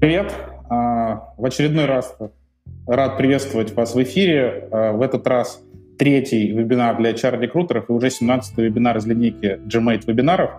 Привет! В очередной раз рад приветствовать вас в эфире. В этот раз третий вебинар для HR-рекрутеров и уже 17-й вебинар из линейки GMate вебинаров.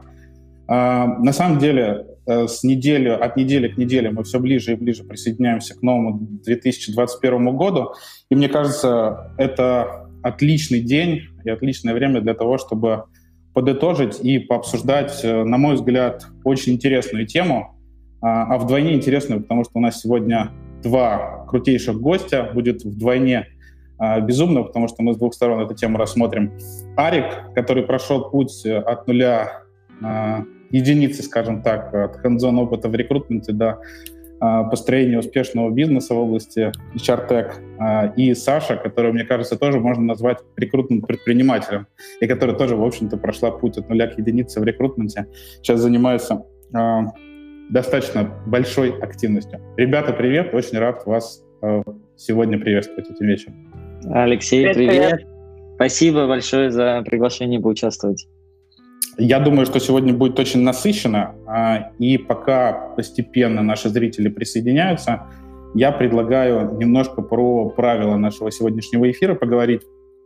На самом деле, от недели к неделе мы все ближе и ближе присоединяемся к новому 2021 году. И мне кажется, это отличный день и отличное время для того, чтобы подытожить и пообсуждать, на мой взгляд, очень интересную тему. А вдвойне интересную, потому что у нас сегодня два крутейших гостя. Будет вдвойне безумно, потому что мы с двух сторон эту тему рассмотрим. Арик, который прошел путь от нуля единицы, скажем так, от hands-on опыта в рекрутменте до построения успешного бизнеса в области HR-Tech. И Саша, которую, мне кажется, тоже можно назвать рекрутмент-предпринимателем, и которая тоже, в общем-то, прошла путь от нуля к единице в рекрутменте. Сейчас занимается достаточно большой активностью. Ребята, привет! Очень рад вас сегодня приветствовать этим вечером. Алексей, привет! Спасибо большое за приглашение поучаствовать. Я думаю, что сегодня будет очень насыщенно, и пока постепенно наши зрители присоединяются, я предлагаю немножко про правила нашего сегодняшнего эфира поговорить.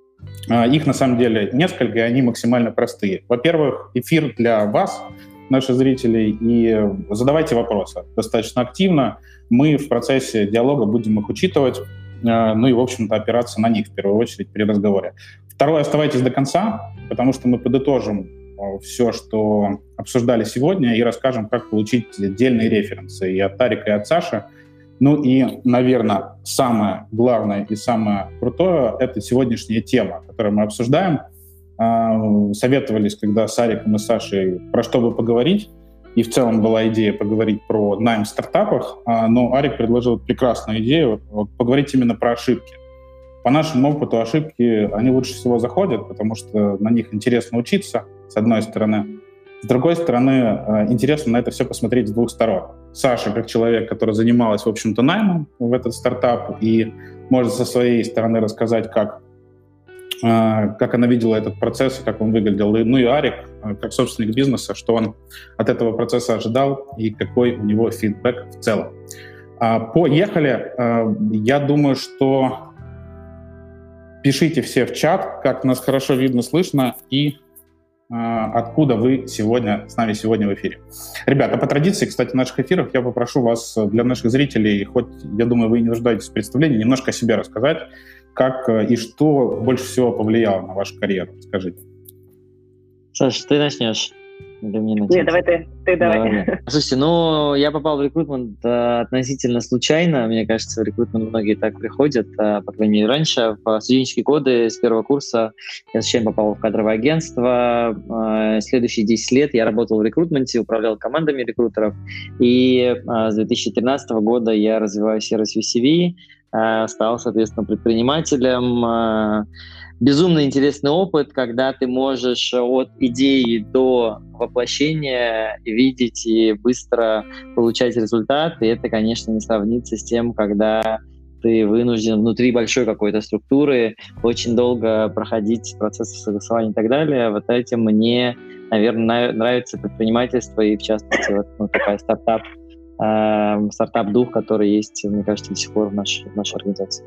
Их, на самом деле, несколько, и они максимально простые. Во-первых, эфир для вас, наших зрителей, и задавайте вопросы достаточно активно. Мы в процессе диалога будем их учитывать, ну и, в общем-то, опираться на них в первую очередь при разговоре. Второе, оставайтесь до конца, потому что мы подытожим все, что обсуждали сегодня, и расскажем, как получить отдельные референсы и от Арика, и от Саши. Ну и, наверное, самое главное и самое крутое — это сегодняшняя тема, которую мы обсуждаем. Советовались, когда с Ариком и Сашей, про что бы поговорить, и в целом была идея поговорить про найм в стартапах, но Арик предложил прекрасную идею поговорить именно про ошибки. По нашему опыту ошибки, они лучше всего заходят, потому что на них интересно учиться, с одной стороны. С другой стороны, интересно на это все посмотреть с двух сторон. Саша, как человек, который занималась, в общем-то, наймом в этот стартап, и может со своей стороны рассказать, как она видела этот процесс, как он выглядел. Ну и Арик, как собственник бизнеса, что он от этого процесса ожидал и какой у него фидбэк в целом. Поехали. Я думаю, что пишите все в чат, как нас хорошо видно, слышно, и откуда вы с нами сегодня в эфире. Ребята, по традиции, кстати, в наших эфирах я попрошу вас для наших зрителей, хоть, я думаю, вы и не нуждаетесь в представлении, немножко о себе рассказать, как и что больше всего повлияло на вашу карьеру. Скажите. Саша, ты начнешь? Или мне начать? Нет, давай ты давай. Слушайте, я попал в рекрутмент относительно случайно. Мне кажется, в рекрутмент многие так приходят, по крайней мере, раньше. В студенческие годы с первого курса я случайно попал в кадровое агентство. Следующие 10 лет я работал в рекрутменте, управлял командами рекрутеров. И с 2013 года я развиваю сервис VCV, стал, соответственно, предпринимателем. Безумно интересный опыт, когда ты можешь от идеи до воплощения видеть и быстро получать результат. И это, конечно, не сравнится с тем, когда ты вынужден внутри большой какой-то структуры очень долго проходить процессы согласования и так далее. Вот этим мне, наверное, нравится предпринимательство и, в частности, такая стартап-дух, который есть, мне кажется, до сих пор в нашей организации.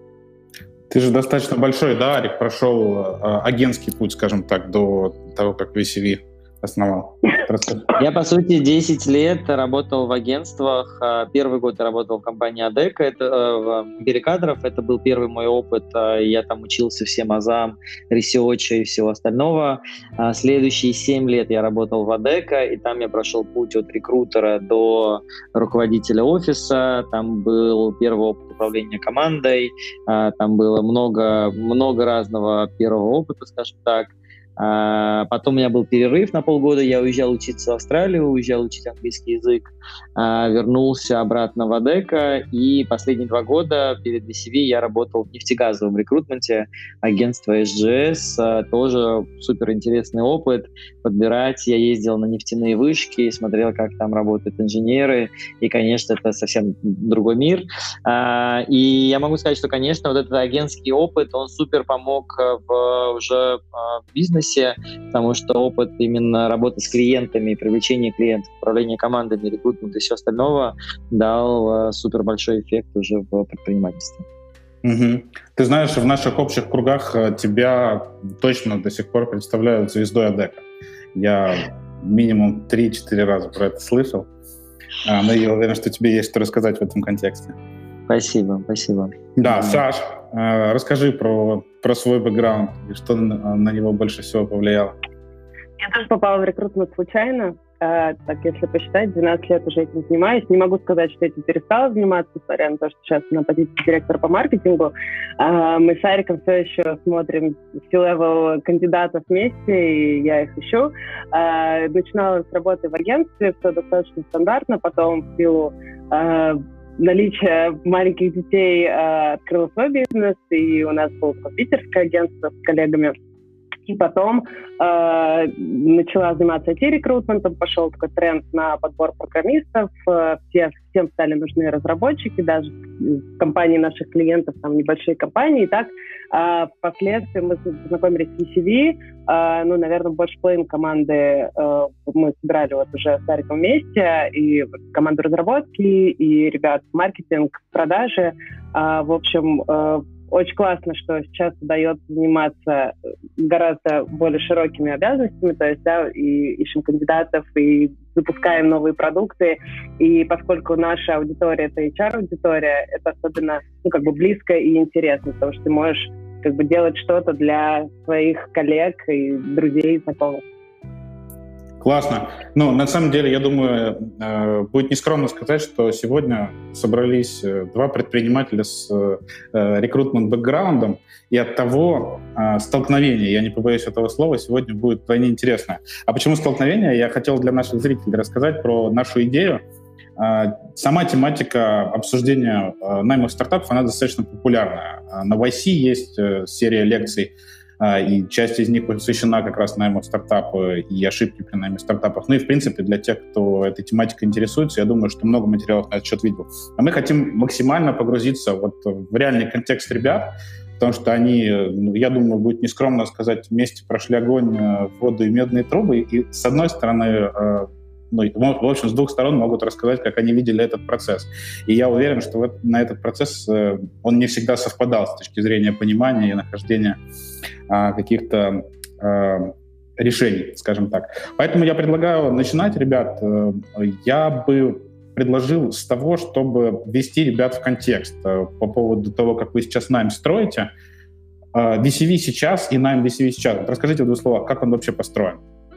Ты же достаточно большой, да, Арик, прошел агентский путь, скажем так, до того, как VCV основал? Я, по сути, 10 лет работал в агентствах. Первый год я работал в компании Адека, это в Империи кадров. Это был первый мой опыт. Я там учился всем азам, ресерча и всего остального. Следующие 7 лет я работал в Адека, и там я прошел путь от рекрутера до руководителя офиса. Там был первый опыт управления командой. Там было много разного первого опыта, скажем так. Потом у меня был перерыв на полгода, я уезжал учиться в Австралию, уезжал учить английский язык, вернулся обратно в Адека, и последние 2 года перед VCV я работал в нефтегазовом рекрутменте, агентство SGS, тоже суперинтересный опыт, подбирать, я ездил на нефтяные вышки, смотрел, как там работают инженеры, и, конечно, это совсем другой мир. И я могу сказать, что, конечно, вот этот агентский опыт, он супер помог уже в бизнесе, бизнесе, потому что опыт именно работы с клиентами, привлечения клиентов, управления командами, рекрутмент и все остальное дал супер большой эффект уже в предпринимательстве. Угу. Ты знаешь, в наших общих кругах тебя точно до сих пор представляют звездой Адеко. Я минимум 3-4 раза про это слышал, но я уверен, что тебе есть что рассказать в этом контексте. Спасибо, спасибо. Да, Саш, расскажи про свой бэкграунд и что на него больше всего повлияло. Я тоже попала в рекрутмент случайно. Так, если посчитать, 12 лет уже этим занимаюсь. Не могу сказать, что этим перестала заниматься, несмотря на то, что сейчас на позиции директора по маркетингу. Мы с Ариком все еще смотрим C-level кандидатов вместе, и я их ищу. Начинала с работы в агентстве, все достаточно стандартно. Потом в силу наличия маленьких детей открыла свой бизнес, и у нас было питерское агентство с коллегами. И потом начала заниматься IT-рекрутментом, пошел такой тренд на подбор программистов, всем стали нужны разработчики, даже в компании наших клиентов, там небольшие компании. И так впоследствии мы познакомились с VCV, наверное, больше половины команды мы собирали вот уже с Ариком вместе, и команду разработки, и ребят маркетинг, продажи. В общем, очень классно, что сейчас удается заниматься гораздо более широкими обязанностями, то есть, да, и ищем кандидатов, и запускаем новые продукты, и поскольку наша аудитория — это HR-аудитория, это особенно, близко и интересно, потому что ты можешь, делать что-то для своих коллег и друзей, знакомых. Классно. На самом деле, я думаю, будет нескромно сказать, что сегодня собрались два предпринимателя с рекрутмент-бэкграундом, и от того столкновение, я не побоюсь этого слова, сегодня будет вдвойне интересно. А почему столкновение? Я хотел для наших зрителей рассказать про нашу идею. Сама тематика обсуждения найма стартапов, она достаточно популярная. На YC есть серия лекций, и часть из них посвящена как раз найму стартапа и ошибки при найме стартапов. И, в принципе, для тех, кто этой тематикой интересуется, я думаю, что много материалов на этот счет видел. А мы хотим максимально погрузиться в реальный контекст ребят, потому что они, я думаю, будет нескромно сказать, вместе прошли огонь, воду и медные трубы. И, с одной стороны, в общем, с двух сторон могут рассказать, как они видели этот процесс. И я уверен, что на этот процесс он не всегда совпадал с точки зрения понимания и нахождения каких-то решений, скажем так. Поэтому я предлагаю начинать, ребят. Я бы предложил с того, чтобы ввести ребят в контекст по поводу того, как вы сейчас найм строите. VCV сейчас и найм VCV сейчас. Расскажите в двух словах, как он вообще построен.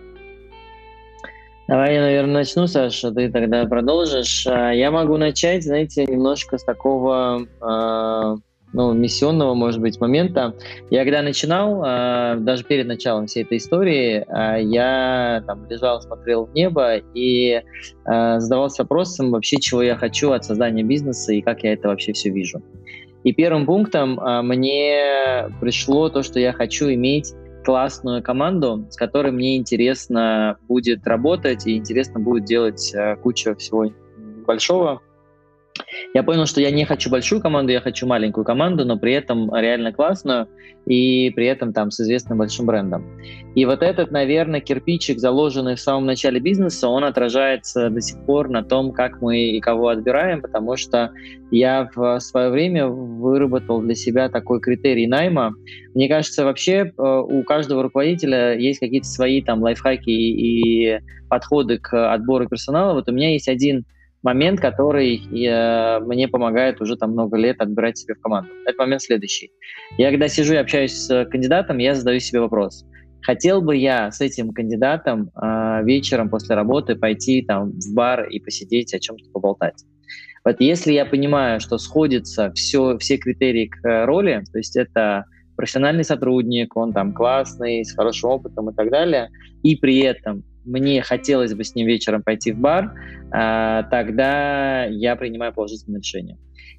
Давай я, наверное, начну, Саша, ты тогда продолжишь. Я могу начать, знаете, немножко с такого миссионного, может быть, момента. Я когда начинал, даже перед началом всей этой истории, я лежал, смотрел в небо и задавался вопросом вообще, чего я хочу от создания бизнеса и как я это вообще все вижу. И первым пунктом мне пришло то, что я хочу иметь классную команду, с которой мне интересно будет работать и интересно будет делать кучу всего большого. Я понял, что я не хочу большую команду, я хочу маленькую команду, но при этом реально классную и при этом с известным большим брендом. И вот этот, наверное, кирпичик, заложенный в самом начале бизнеса, он отражается до сих пор на том, как мы и кого отбираем, потому что я в свое время выработал для себя такой критерий найма. Мне кажется, вообще у каждого руководителя есть какие-то свои лайфхаки и подходы к отбору персонала. Вот у меня есть один момент, который мне помогает уже много лет отбирать себе в команду. Этот момент следующий. Я когда сижу и общаюсь с кандидатом, я задаю себе вопрос. Хотел бы я с этим кандидатом вечером после работы пойти в бар и посидеть, о чем-то поболтать? Вот если я понимаю, что сходятся все критерии к роли, то есть это профессиональный сотрудник, он классный, с хорошим опытом и так далее, и при этом мне хотелось бы с ним вечером пойти в бар, тогда я принимаю положительное решение.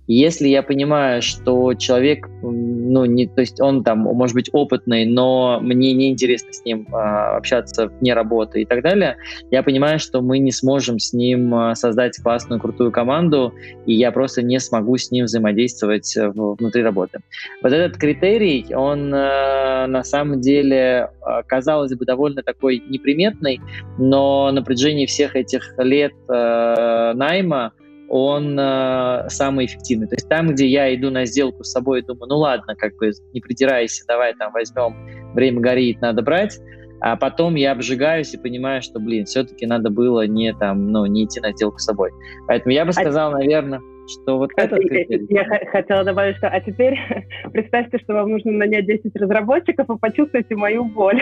Если я понимаю, что человек, то есть он там, может быть, опытный, но мне неинтересно с ним общаться вне работы и так далее, я понимаю, что мы не сможем с ним создать классную, крутую команду, и я просто не смогу с ним взаимодействовать внутри работы. Вот этот критерий, он на самом деле, казалось бы, довольно такой неприметный, но на протяжении всех этих лет найма он самый эффективный. То есть там, где я иду на сделку с собой и думаю, ну ладно, как бы не придирайся, давай там возьмем, время горит, надо брать, а потом я обжигаюсь и понимаю, что, все-таки надо было не идти на сделку с собой. Поэтому я бы сказал, наверное, что вот этот критерий. Я хотела добавить, что теперь представьте, что вам нужно нанять 10 разработчиков и почувствуйте мою боль.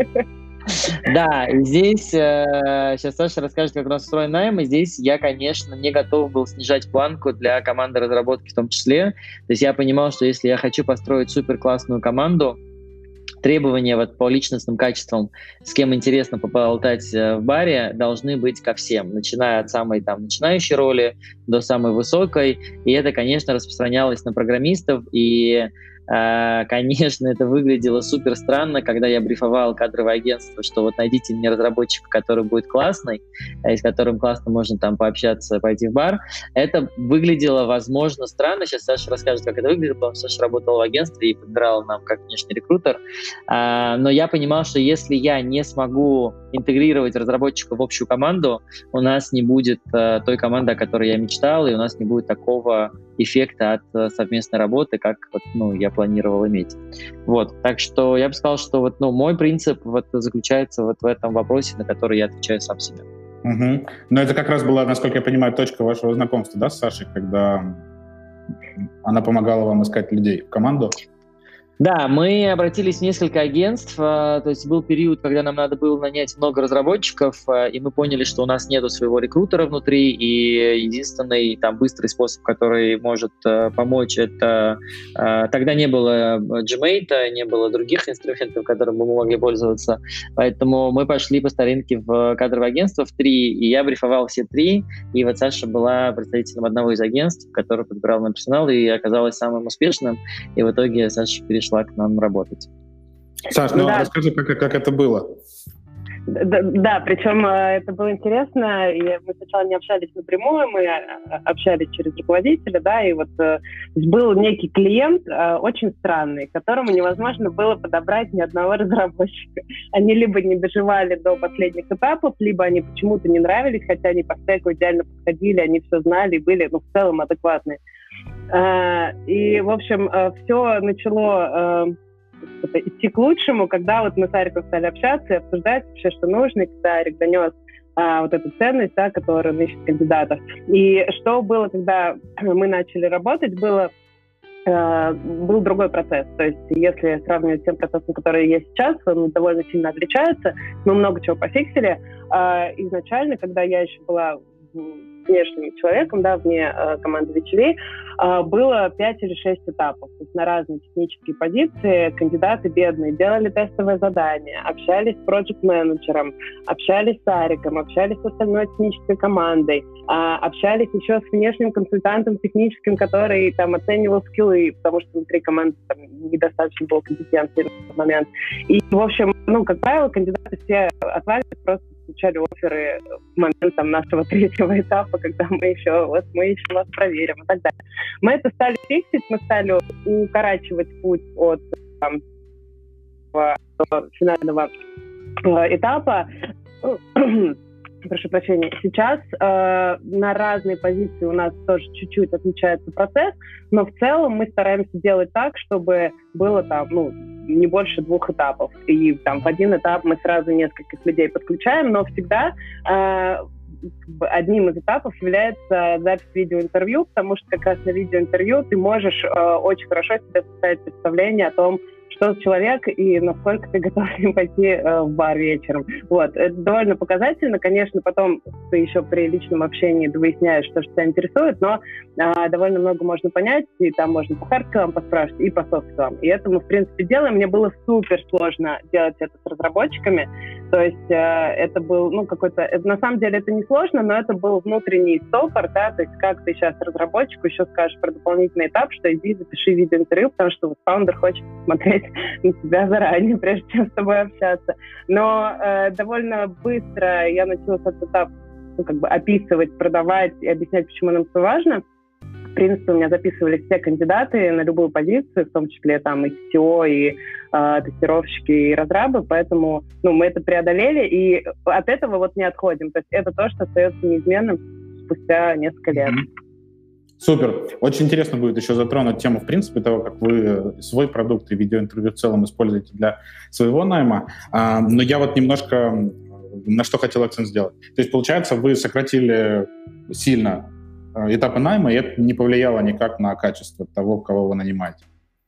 Да, и здесь сейчас Саша расскажет, как у нас устроен найм, и здесь я, конечно, не готов был снижать планку для команды разработки в том числе. То есть я понимал, что если я хочу построить супер классную команду, требования по личностным качествам, с кем интересно поболтать в баре, должны быть ко всем, начиная от самой начинающей роли до самой высокой. И это, конечно, распространялось на программистов, и конечно, это выглядело супер странно, когда я брифовал кадровое агентство, что вот найдите мне разработчика, который будет классный, с которым классно можно там пообщаться, пойти в бар. Это выглядело, возможно, странно. Сейчас Саша расскажет, как это выглядело, потому что Саша работал в агентстве и подбирал нам как внешний рекрутер. Но я понимал, что если я не смогу интегрировать разработчика в общую команду, у нас не будет той команды, о которой я мечтал, и у нас не будет такого эффекта от совместной работы, как я планировал иметь. Так что я бы сказал, что мой принцип заключается в этом вопросе, на который я отвечаю сам себе. Угу. Но это как раз была, насколько я понимаю, точка вашего знакомства, да, с Сашей, когда она помогала вам искать людей в команду? Да, мы обратились в несколько агентств, то есть был период, когда нам надо было нанять много разработчиков, и мы поняли, что у нас нету своего рекрутера внутри, и единственный быстрый способ, который может помочь, это тогда не было Gmate, не было других инструментов, которыми мы могли пользоваться, поэтому мы пошли по старинке в кадровое агентство в 3, и я брифовал все 3, и Саша была представителем одного из агентств, который подбирал нам персонал, и оказалась самым успешным, и в итоге Саша перешла к нам работать. Саш, расскажи, как это было. Да, причем это было интересно. И мы сначала не общались напрямую, мы общались через руководителя, да, и был некий клиент очень странный, которому невозможно было подобрать ни одного разработчика. Они либо не доживали до последних этапов, либо они почему-то не нравились, хотя они по стеку идеально подходили, они все знали и были, в целом адекватные. И, в общем, все начало идти к лучшему, когда мы с Ариком стали общаться и обсуждать вообще, что нужно, и когда Арик донес эту ценность, да, которую он ищет кандидатов. И что было, когда мы начали работать, был другой процесс. То есть если сравнивать с тем процессом, который есть сейчас, он довольно сильно отличается. Мы много чего пофиксили. Изначально, когда я еще была внешним человеком, да, вне команды VHV, было 5 или 6 этапов. То есть на разные технические позиции кандидаты бедные делали тестовое задание, общались с проект-менеджером, общались с Ариком, общались с остальной технической командой, общались еще с внешним консультантом техническим, который оценивал скиллы, потому что внутри команды недостаточно было компетенции в этот момент. И, в общем, как правило, кандидаты все отваливались, просто получали офферы в момент нашего 3-го этапа, когда мы еще вас проверим и так далее. Мы это стали фиксить, мы стали укорачивать путь от финального этапа. Прошу прощения. Сейчас на разные позиции у нас тоже чуть-чуть отличается процесс, но в целом мы стараемся делать так, чтобы было не больше 2 этапов. И в один этап мы сразу нескольких людей подключаем, но всегда одним из этапов является запись видеоинтервью, потому что как раз на видеоинтервью ты можешь очень хорошо себе составить представление о том, что за человек и насколько ты готов с ним пойти в бар вечером. Вот. Это довольно показательно. Конечно, потом ты еще при личном общении выясняешь, что тебя интересует, но довольно много можно понять, и там можно по хардскиллам поспрашивать, и по софтскиллам. И это мы, в принципе, делаем. Мне было супер сложно делать это с разработчиками. То есть это был, на самом деле это не сложно, но это был внутренний стопор, да, то есть как ты сейчас разработчику еще скажешь про дополнительный этап, что иди запиши видеоинтервью, потому что фаундер хочет смотреть на тебя заранее, прежде чем с тобой общаться. Но довольно быстро я научилась этот этап описывать, продавать и объяснять, почему нам это важно. В принципе, у меня записывались все кандидаты на любую позицию, в том числе там и CTO, и тестировщики, и разрабы, поэтому мы это преодолели, и от этого не отходим. То есть это то, что остается неизменным спустя несколько лет. Супер. Очень интересно будет еще затронуть тему, в принципе, того, как вы свой продукт и видеоинтервью в целом используете для своего найма. Но я немножко на что хотел акцент сделать. То есть, получается, вы сократили сильно этапы найма, и это не повлияло никак на качество того, кого вы нанимаете.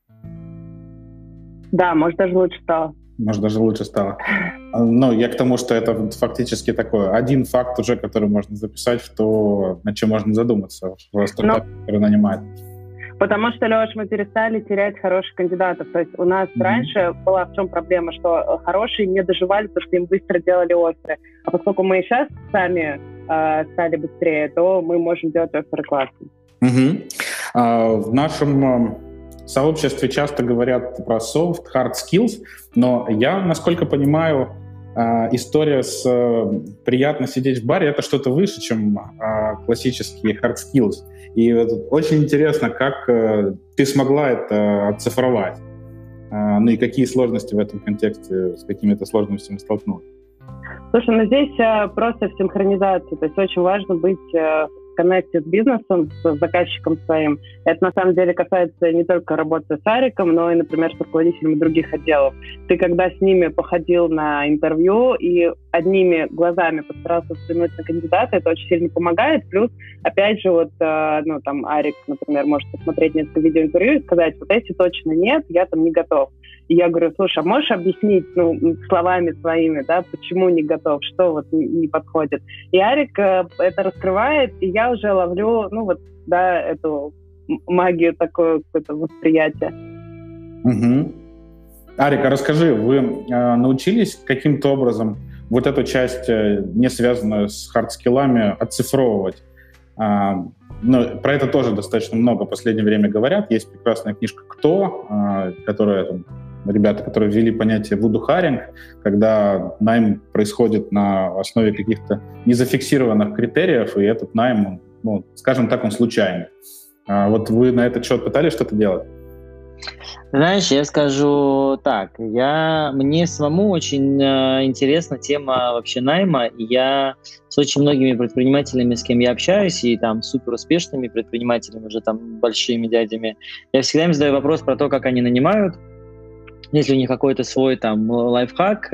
Да, может, даже лучше стало. Но я к тому, что это фактически такой один факт уже, который можно записать в то, над чем можно задуматься в стартапе, который нанимает. Потому что, Леш, мы перестали терять хороших кандидатов. То есть у нас раньше была в чем проблема, что хорошие не доживали, потому что им быстро делали офферы. А поскольку мы сейчас сами стали быстрее, то мы можем делать офферы классные. В нашем сообществе часто говорят про soft, hard skills, но я, насколько понимаю, история с приятно сидеть в баре — это что-то выше, чем классические hard skills. И очень интересно, как ты смогла это оцифровать. И какие сложности в этом контексте, с какими-то сложностями столкнулась? Слушай, здесь просто в синхронизации. То есть очень важно быть в коннекте с бизнесом, с заказчиком своим. Это на самом деле касается не только работы с Ариком, но и, например, с руководителями других отделов. Ты когда с ними походил на интервью и одними глазами постарался взглянуть на кандидата, это очень сильно помогает. Плюс, опять же, Арик, например, может посмотреть несколько видеоинтервью и сказать, эти точно нет, я там не готов. И я говорю, слушай, а можешь объяснить словами своими, да, почему не готов, что не подходит? И Арик это раскрывает, и я уже ловлю, эту магию, такое какое-то восприятие. Арик, а расскажи, вы научились каким-то образом эту часть, не связанную с хардскиллами, оцифровывать? Про это тоже достаточно много в последнее время говорят. Есть прекрасная книжка «Кто?», ребята, которые ввели понятие вуду-харинг, когда найм происходит на основе каких-то незафиксированных критериев, и этот найм, скажем так, он случайный. Вы на этот счет пытались что-то делать? Знаешь, я скажу так, мне самому очень интересна тема вообще найма, и я с очень многими предпринимателями, с кем я общаюсь, и там супер успешными предпринимателями, уже там большими дядями, я всегда им задаю вопрос про то, как они нанимают, есть ли у них какой-то свой там лайфхак,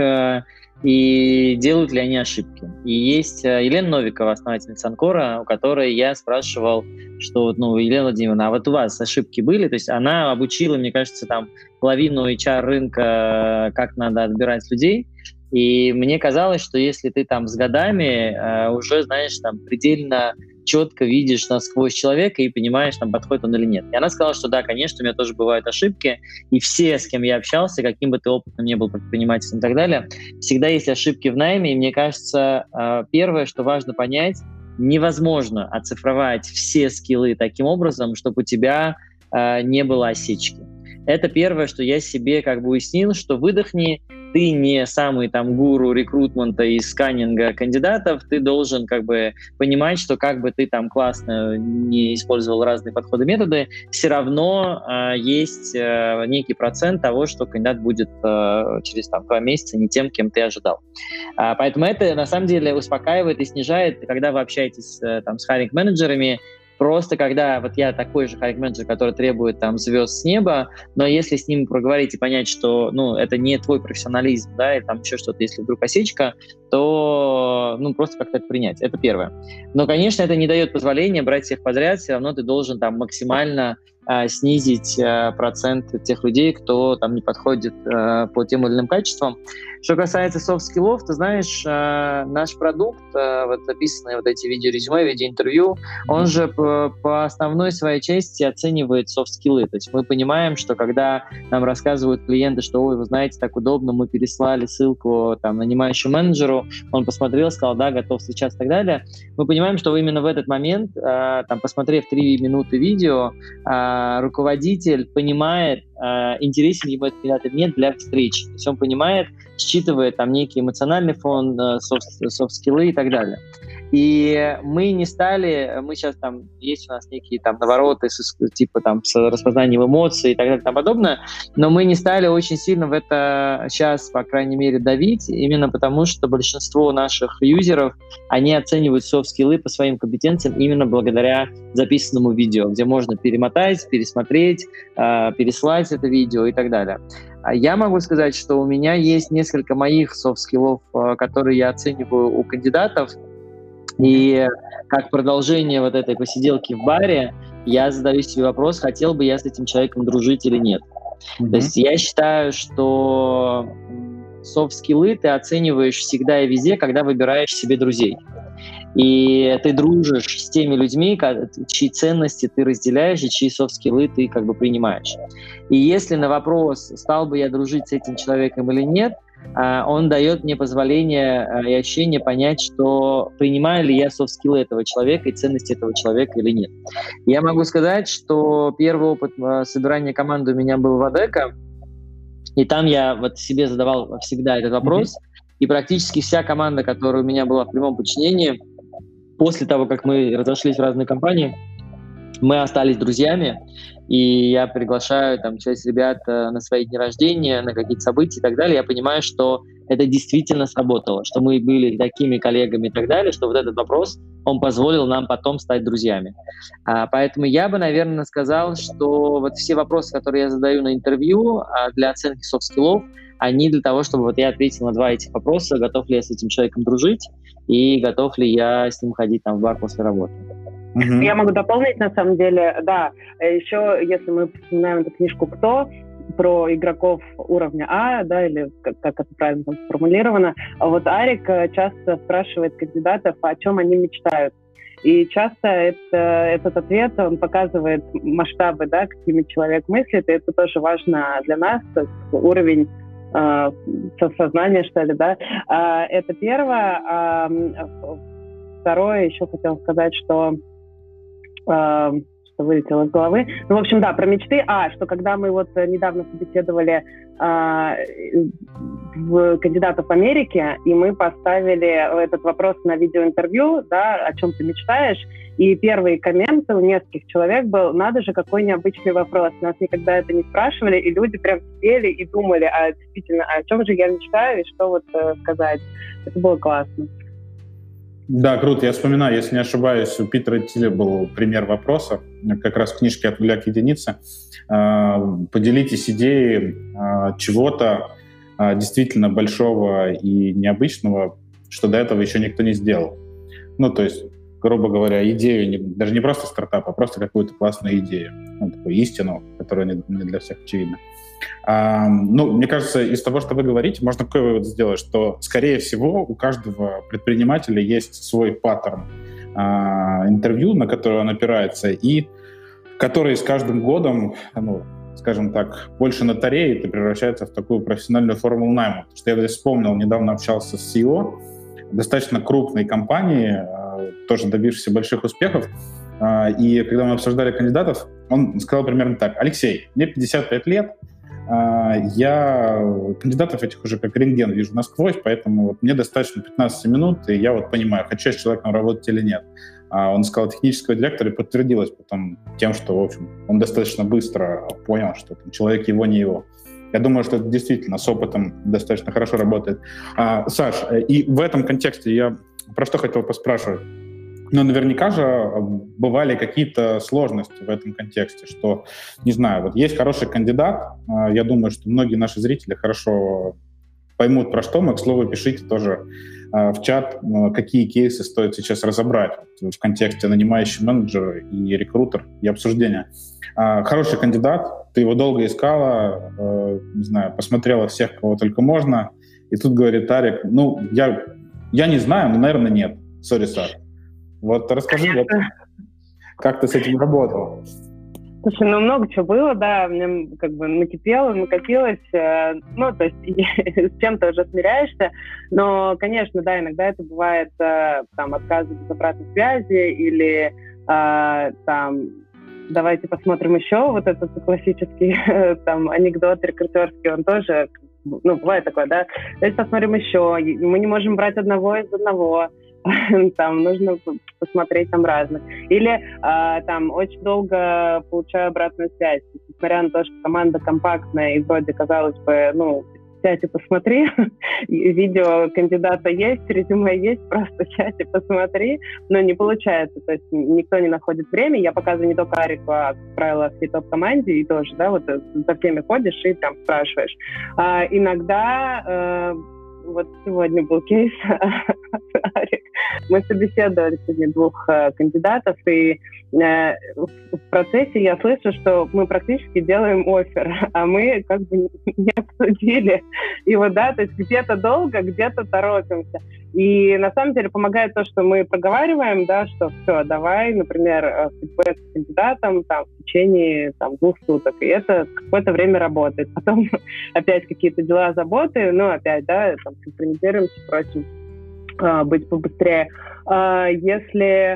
и делают ли они ошибки. И есть Елена Новикова, основательница Анкора, у которой я спрашивал, что, Елена Владимировна, а у вас ошибки были? То есть она обучила, мне кажется, там половину HR-рынка, как надо отбирать людей. И мне казалось, что если ты там с годами уже, знаешь, там предельно четко видишь насквозь человека и понимаешь, там подходит он или нет. И она сказала, что да, конечно, у меня тоже бывают ошибки, и все, с кем я общался, каким бы ты опытным ни был предпринимателем и так далее, всегда есть ошибки в найме, и мне кажется, первое, что важно понять, невозможно оцифровать все скиллы таким образом, чтобы у тебя не было осечки. Это первое, что я себе уяснил, что выдохни, ты не самый там гуру рекрутмента и сканинга кандидатов, ты должен понимать, что как бы ты там классно не использовал разные подходы, методы, все равно есть некий процент того, что кандидат будет через 2 месяца не тем, кем ты ожидал. Поэтому это на самом деле успокаивает и снижает, когда вы общаетесь с хайринг-менеджерами. Просто когда я такой же хайринг-менеджер, который требует там звезд с неба, но если с ним проговорить и понять, что это не твой профессионализм, да, и там еще что-то, если вдруг осечка, то просто как-то это принять. Это первое. Но, конечно, это не дает позволения брать всех подряд, все равно ты должен там максимально снизить процент тех людей, кто там не подходит по тем или иным качествам. Что касается софт-скиллов, ты знаешь, наш продукт, вот записанные вот эти видеорезюме, видеоинтервью, он же по основной своей части оценивает софт-скиллы. То есть мы понимаем, что когда нам рассказывают клиенты, что, ой, вы знаете, так удобно, мы переслали ссылку там нанимающему менеджеру, он посмотрел, сказал, да, готов встречаться и так далее, мы понимаем, что именно в этот момент, там, посмотрев 3 минуты видео, руководитель понимает, интересен ему этот кандидат или нет для встречи. То есть он понимает, считывает там некий эмоциональный фон, софт-скиллы и так далее. И мы не стали, мы сейчас там, есть у нас некие там навороты, типа там с распознанием эмоций и так далее и тому подобное, но мы не стали очень сильно в это сейчас, по крайней мере, давить, именно потому что большинство наших юзеров, они оценивают софт-скиллы по своим компетенциям именно благодаря записанному видео, где можно перемотать, пересмотреть, переслать это видео и так далее. Я могу сказать, что у меня есть несколько моих софт-скиллов, которые я оцениваю у кандидатов, и как продолжение вот этой посиделки в баре я задаю себе вопрос, хотел бы я с этим человеком дружить или нет. То есть я считаю, что софт-скиллы ты оцениваешь всегда и везде, когда выбираешь себе друзей. И ты дружишь с теми людьми, чьи ценности ты разделяешь и чьи софт-скиллы ты как бы принимаешь. И если на вопрос, стал бы я дружить с этим человеком или нет, он дает мне позволение и ощущение понять, что принимаю ли я софт-скиллы этого человека и ценности этого человека или нет. Я могу сказать, что первый опыт собирания команды у меня был в Adecco, и там я вот себе задавал всегда этот вопрос, и практически вся команда, которая у меня была в прямом подчинении, после того, как мы разошлись в разные компании, мы остались друзьями, и я приглашаю там часть ребят на свои дни рождения, на какие-то события и так далее. Я понимаю, что это действительно сработало, что мы были такими коллегами и так далее, что вот этот вопрос, он позволил нам потом стать друзьями. Поэтому я бы, наверное, сказал, что вот все вопросы, которые я задаю на интервью для оценки софт-скиллов, они для того, чтобы вот я ответил на 2 этих вопроса, готов ли я с этим человеком дружить и готов ли я с ним ходить там в бар после работы. Я могу дополнить, на самом деле, да. Еще, если мы вспоминаем эту книжку «Кто?», про игроков уровня А, да, или как это правильно там сформулировано, вот Арик часто спрашивает кандидатов, о чем они мечтают. И часто этот ответ, он показывает масштабы, да, какими человек мыслит, и это тоже важно для нас, то есть уровень сознания, что ли, да. Это первое. Второе, еще хотела сказать, что вылетело из головы. Ну, в общем, да, про мечты. Что когда мы вот недавно собеседовали кандидатов в Америке, и мы поставили этот вопрос на видеоинтервью, да, о чем ты мечтаешь, и первый коммент у нескольких человек был: надо же, какой необычный вопрос. Нас никогда это не спрашивали, и люди прям сидели и думали, действительно, о чем же я мечтаю, и что вот сказать. Это было классно. Да, круто. Я вспоминаю, если не ошибаюсь, у Питера Тиля был пример вопроса, как раз в книжке «От нуля к единице». Поделитесь идеей чего-то действительно большого и необычного, что до этого еще никто не сделал. Ну, то есть, грубо говоря, идею, даже не просто стартап, а просто какую-то классную идею, такую истину, которая не для всех очевидна. Мне кажется, из того, что вы говорите, можно какой вывод сделать, что, скорее всего, у каждого предпринимателя есть свой паттерн интервью, на который он опирается, и который с каждым годом, скажем так, больше на тареет и превращается в такую профессиональную формулу найма. Потому что я здесь вспомнил, недавно общался с CEO достаточно крупной компании, тоже добившейся больших успехов, и когда мы обсуждали кандидатов, он сказал примерно так: Алексей, мне 55 лет, я кандидатов этих уже как рентген вижу насквозь, поэтому вот мне достаточно 15 минут, и я вот понимаю, хочу я с человеком работать или нет. Он сказал технического директора, и подтвердилось потом тем, что, в общем, он достаточно быстро понял, что там человек его, не его. Я думаю, что это действительно с опытом достаточно хорошо работает. Саш, и в этом контексте я про что хотел поспрашивать. Но наверняка же бывали какие-то сложности в этом контексте, что, не знаю, вот есть хороший кандидат, я думаю, что многие наши зрители хорошо поймут, про что мы. К слову, пишите тоже в чат, какие кейсы стоит сейчас разобрать в контексте нанимающий менеджер и рекрутер и обсуждения. Хороший кандидат, ты его долго искала, не знаю, посмотрела всех, кого только можно, и тут говорит Арик, ну, я не знаю, но, наверное, нет. Сори, Саш. Вот расскажи, вот, как ты с этим работала? Слушай, ну много чего было, да, мне как бы накопилось, ну, то есть с чем-то уже смиряешься, но, конечно, да, иногда это бывает, там, отказы без обратной связи или, там, давайте посмотрим еще, вот этот классический, там, анекдот рекрутерский, он тоже, ну, бывает такое, да, давайте посмотрим еще, мы не можем брать одного из одного, там нужно посмотреть там разных. Или там очень долго получаю обратную связь. Несмотря на то, что команда компактная и вроде, казалось бы, ну, сядь и посмотри, видео кандидата есть, резюме есть, просто сядь и посмотри, но не получается. То есть никто не находит время. Я показываю не только Арику, а, как правило, всей топ-команде, и тоже, да, вот за всеми ходишь и там спрашиваешь. Иногда... Вот сегодня был кейс, мы собеседовали сегодня 2 кандидатов, и в процессе я слышу, что мы практически делаем оффер, а мы как бы не обсудили. И вот, да, то есть где-то долго, где-то торопимся. И на самом деле помогает то, что мы проговариваем, да, что все, давай, например, фидбэк с кандидатом там, в течение там, 2 суток. И это какое-то время работает. Потом опять какие-то дела, заботы, ну, опять, да, там, синхронизируемся, просим быть побыстрее. Если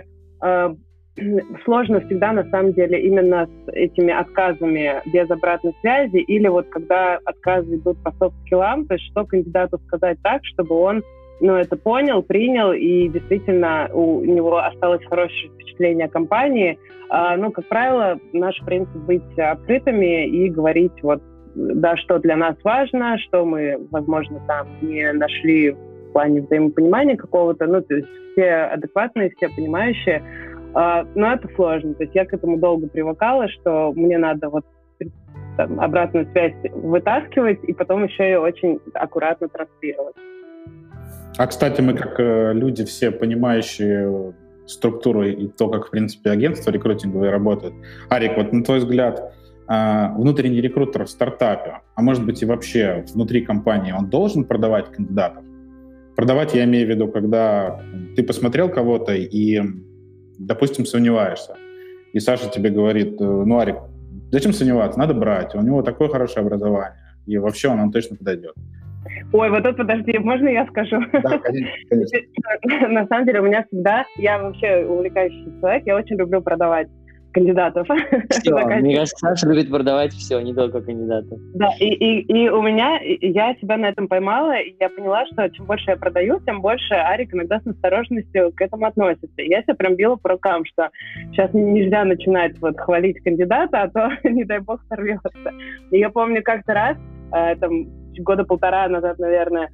сложно всегда, на самом деле, именно с этими отказами без обратной связи или вот когда отказы идут по софт-скиллам, то есть что кандидату сказать так, чтобы он это понял, принял, и действительно у него осталось хорошее впечатление о компании. Как правило, наш принцип быть открытыми и говорить, вот, да, что для нас важно, что мы, возможно, там не нашли в плане взаимопонимания какого-то, то есть все адекватные, все понимающие, но это сложно. То есть я к этому долго привыкала, что мне надо вот там, обратную связь вытаскивать и потом еще ее очень аккуратно транслировать. А, кстати, мы как люди все понимающие структуру и то, как, в принципе, агентства рекрутинговые работают. Арик, вот на твой взгляд, внутренний рекрутер в стартапе, а может быть и вообще внутри компании, он должен продавать кандидатов? Продавать я имею в виду, когда ты посмотрел кого-то и, допустим, сомневаешься. И Саша тебе говорит, Арик, зачем сомневаться? Надо брать, у него такое хорошее образование, и вообще он нам точно подойдет. Ой, вот тут подожди, можно я скажу? Да, конечно. На самом деле у меня всегда, я вообще увлекающийся человек, я очень люблю продавать кандидатов. Все, мне кажется, Саша любит продавать все, не только кандидатов. Да, и у меня, я себя на этом поймала, и я поняла, что чем больше я продаю, тем больше Арик иногда с осторожностью к этому относится. И я себя прям била по рукам, что сейчас нельзя начинать вот хвалить кандидата, а то, не дай бог, сорвется. И я помню как-то раз, там, 1.5 года назад, наверное,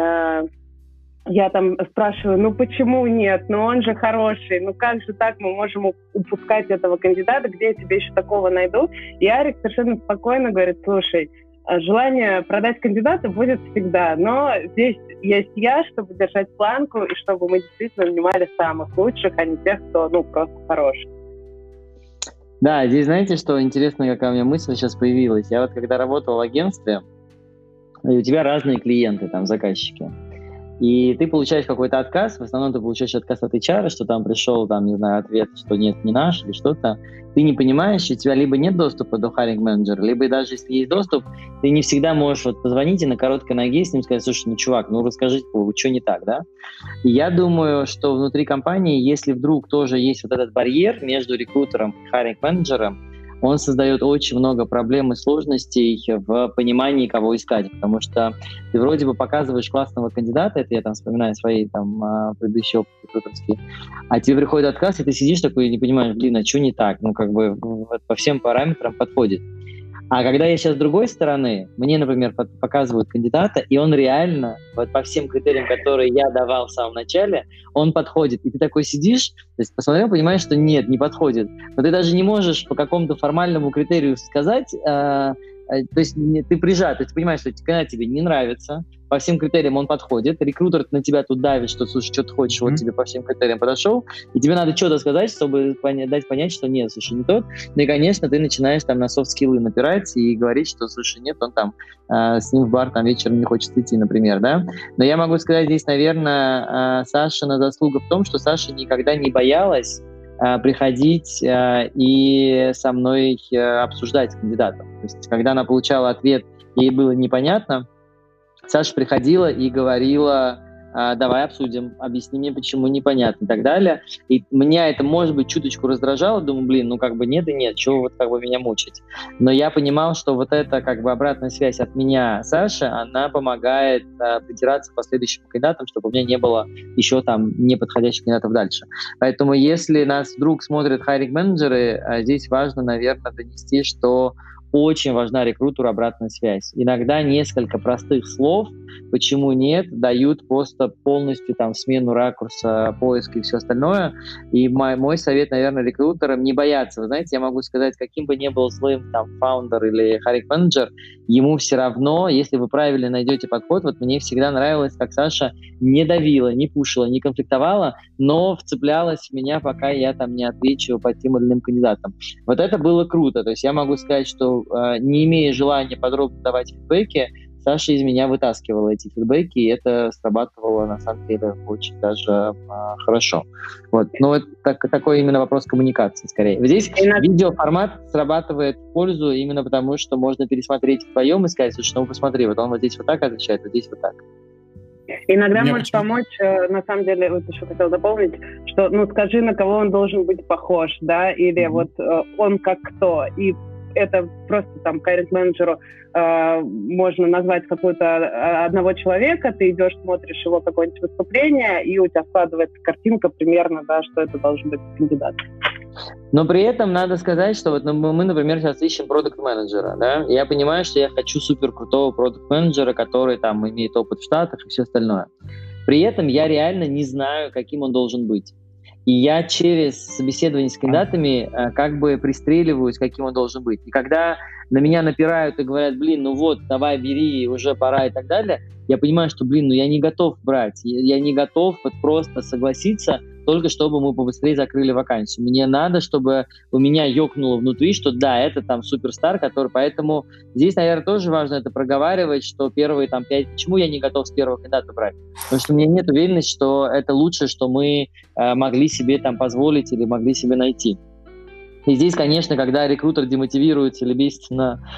я там спрашиваю, почему нет? Он же хороший, как же так мы можем упускать этого кандидата, где я тебе еще такого найду? И Арик совершенно спокойно говорит, слушай, желание продать кандидата будет всегда, но здесь есть я, чтобы держать планку и чтобы мы действительно нанимали самых лучших, а не тех, кто, просто хороший. Да, здесь знаете, что интересно, какая у меня мысль сейчас появилась? Я вот когда работал в агентстве, и у тебя разные клиенты, там, заказчики. И ты получаешь какой-то отказ, в основном ты получаешь отказ от HR, что там пришел, там, не знаю, ответ, что нет, не наш, или что-то. Ты не понимаешь, у тебя либо нет доступа до hiring manager, либо даже если есть доступ, ты не всегда можешь позвонить и на короткой ноге с ним сказать, слушай, чувак, расскажите, что не так, да? И я думаю, что внутри компании, если вдруг тоже есть вот этот барьер между рекрутером и hiring менеджером, он создает очень много проблем и сложностей в понимании, кого искать, потому что ты вроде бы показываешь классного кандидата, это я там вспоминаю свои там предыдущие опыты рекрутерские, а тебе приходит отказ, и ты сидишь такой и не понимаешь, а что не так? По всем параметрам подходит. А когда я сейчас с другой стороны, мне, например, показывают кандидата, и он реально, по всем критериям, которые я давал в самом начале, он подходит. И ты такой сидишь, то есть посмотрел, понимаешь, что нет, не подходит. Но ты даже не можешь по какому-то формальному критерию сказать, то есть ты прижат, то есть ты понимаешь, что кандидат тебе не нравится, по всем критериям он подходит, рекрутер на тебя тут давит, что, слушай, что ты хочешь, вот тебе по всем критериям подошел, и тебе надо что-то сказать, чтобы дать понять, что нет, слушай, не тот. Ну и, конечно, ты начинаешь там на софт-скиллы напирать и говорить, что, слушай, нет, он там с ним в бар там вечером не хочет идти, например, да. Но я могу сказать здесь, наверное, Сашина заслуга в том, что Саша никогда не боялась приходить и со мной обсуждать кандидатов. То есть, когда она получала ответ, ей было непонятно, Саша приходила и говорила: давай обсудим, объясни мне, почему непонятно и так далее. И меня это, может быть, чуточку раздражало, думаю, нет и нет, чего вот меня мучить. Но я понимал, что вот эта обратная связь от меня, Саши, она помогает притираться к последующим кандидатам, чтобы у меня не было еще там неподходящих кандидатов дальше. Поэтому если нас вдруг смотрят хайринг-менеджеры, здесь важно, наверное, донести, что очень важна рекрутеру обратная связь. Иногда несколько простых слов, почему нет, дают просто полностью смену ракурса, поиска и все остальное. И мой совет, наверное, рекрутерам не бояться. Вы знаете, я могу сказать, каким бы ни был злым фаундер или хайринг-менеджер, ему все равно, если вы правильно найдете подход, вот мне всегда нравилось, как Саша не давила, не пушила, не конфликтовала, но вцеплялась в меня, пока я не отвечу по тем или иным кандидатам. Вот это было круто. То есть я могу сказать, что не имея желания подробно давать фидбэки, Саша из меня вытаскивала эти фидбэки, и это срабатывало, на самом деле, очень даже хорошо. Вот. Но это такой именно вопрос коммуникации, скорее. Здесь видеоформат срабатывает в пользу именно потому, что можно пересмотреть вдвоем и сказать: слушай, посмотри, вот он вот здесь вот так отвечает, вот здесь вот так. Иногда может помочь, на самом деле, вот еще хотел дополнить, что, скажи, на кого он должен быть похож, да, или вот он как кто, и это просто хайринг-менеджеру можно назвать какого-то одного человека, ты идешь, смотришь его какое-нибудь выступление, и у тебя складывается картинка примерно, да, что это должен быть кандидат. Но при этом надо сказать, что мы, например, сейчас ищем продакт-менеджера, да, и я понимаю, что я хочу супер крутого продакт-менеджера, который имеет опыт в Штатах и все остальное. При этом я реально не знаю, каким он должен быть. И я через собеседование с кандидатами пристреливаюсь, каким он должен быть. И когда на меня напирают и говорят: давай, бери, уже пора и так далее, я понимаю, что, я не готов брать. Я не готов просто согласиться, только чтобы мы побыстрее закрыли вакансию. Мне надо, чтобы у меня ёкнуло внутри, что да, это суперстар, который... Поэтому здесь, наверное, тоже важно это проговаривать, что первые 5... Почему я не готов с первого кандидата брать? Потому что у меня нет уверенности, что это лучшее, что мы могли себе позволить или могли себе найти. И здесь, конечно, когда рекрутер демотивируется или бесится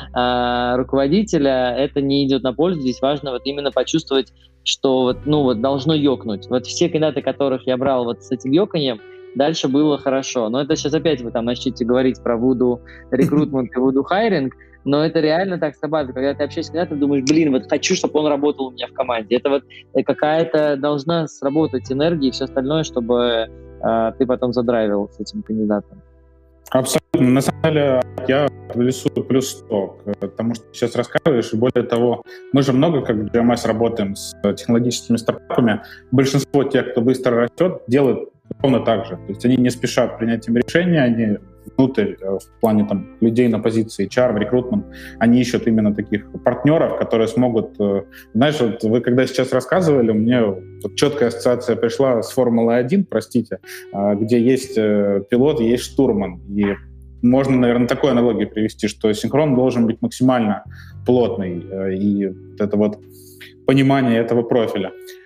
на руководителя, это не идет на пользу. Здесь важно именно почувствовать, что должно ёкнуть. Вот все кандидаты, которых я брал с этим ёканьем, дальше было хорошо. Но это сейчас опять вы начнете говорить про вуду рекрутмент и вуду хайринг, но это реально так срабатывает. Когда ты общаешься с кандидатом, думаешь: хочу, чтобы он работал у меня в команде. Это какая-то должна сработать энергия и все остальное, чтобы ты потом задрайвил с этим кандидатом. Абсолютно. На самом деле, я плюсую плюс 100 к тому, что ты сейчас рассказываешь. И более того, мы же много, как GMS, работаем с технологическими стартапами. Большинство тех, кто быстро растет, делают ровно так же. То есть они не спешат принятием решения, они внутрь, в плане людей на позиции HR, в рекрутмент, они ищут именно таких партнеров, которые смогут... Знаешь, вы когда сейчас рассказывали, мне четкая ассоциация пришла с Формулы-1, простите, где есть пилот, есть штурман. И можно, наверное, такую аналогию привести, что синхрон должен быть максимально плотный, и это понимание этого профиля.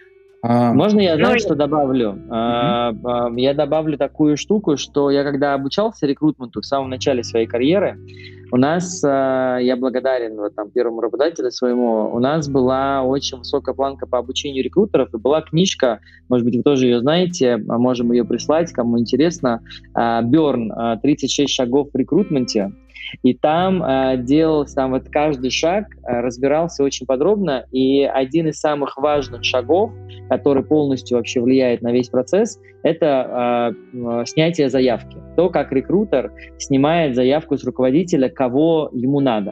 Можно я, что добавлю? Я добавлю такую штуку, что я когда обучался рекрутменту в самом начале своей карьеры, у нас, я благодарен первому работодателю своему, у нас была очень высокая планка по обучению рекрутеров, и была книжка, может быть, вы тоже ее знаете, можем ее прислать, кому интересно, Берн «36 шагов в рекрутменте». И там делался, каждый шаг разбирался очень подробно, и один из самых важных шагов, который полностью вообще влияет на весь процесс, это снятие заявки. То, как рекрутер снимает заявку с руководителя, кого ему надо.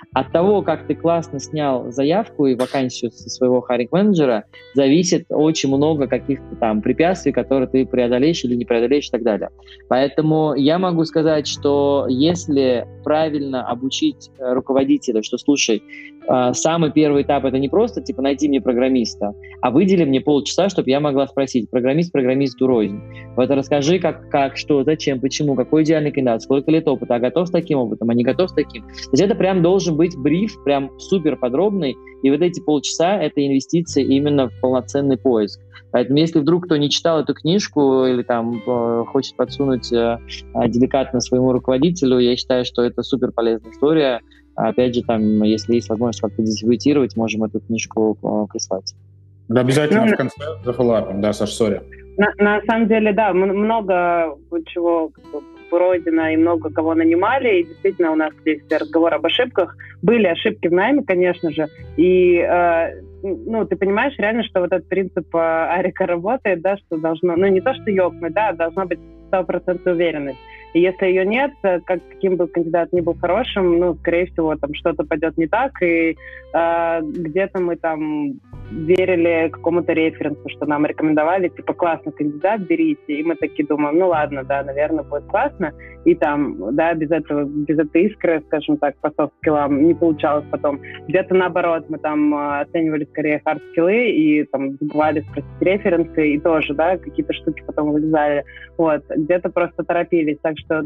От того, как ты классно снял заявку и вакансию со своего хайринг-менеджера, зависит очень много каких-то там препятствий, которые ты преодолеешь или не преодолеешь и так далее. Поэтому я могу сказать, что если правильно обучить руководителя, что, слушай, самый первый этап — это не просто, типа, найти мне программиста, а выдели мне полчаса, чтобы я могла спросить: программисту рознь. Вот расскажи, как, что, зачем, почему, какой идеальный кандидат, сколько лет опыта, а готов с таким опытом, а не готов с таким. То есть это прям должен быть бриф, прям супер подробный, и вот эти полчаса — это инвестиции именно в полноценный поиск. Поэтому если вдруг кто не читал эту книжку или там хочет подсунуть деликатно своему руководителю, я считаю, что это супер полезная история. Опять же, там, если есть возможность как-то дистрибутировать, можем эту книжку прислать. Да, обязательно в конце зафоллапим, да, Саш, сори. На самом деле, да, много чего пройдено и много кого нанимали, и действительно у нас здесь разговор об ошибках. Были ошибки в найме, конечно же, и ты понимаешь реально, что вот этот принцип Арика работает, да, что должно, не то что ёкнуть, да, должна быть 100% уверенность. И если ее нет, каким бы кандидат ни был хорошим, скорее всего, там что-то пойдет не так, и где-то мы там верили какому-то референсу, что нам рекомендовали, типа, классный кандидат, берите. И мы такие думаем, ладно, да, наверное, будет классно. И там, да, без этой искры, скажем так, по софт-скиллам не получалось потом. Где-то наоборот, мы там оценивали скорее хард-скиллы и там забывали спросить референсы, и тоже, да, какие-то штуки потом вылезали. Вот, где-то просто торопились. Так что,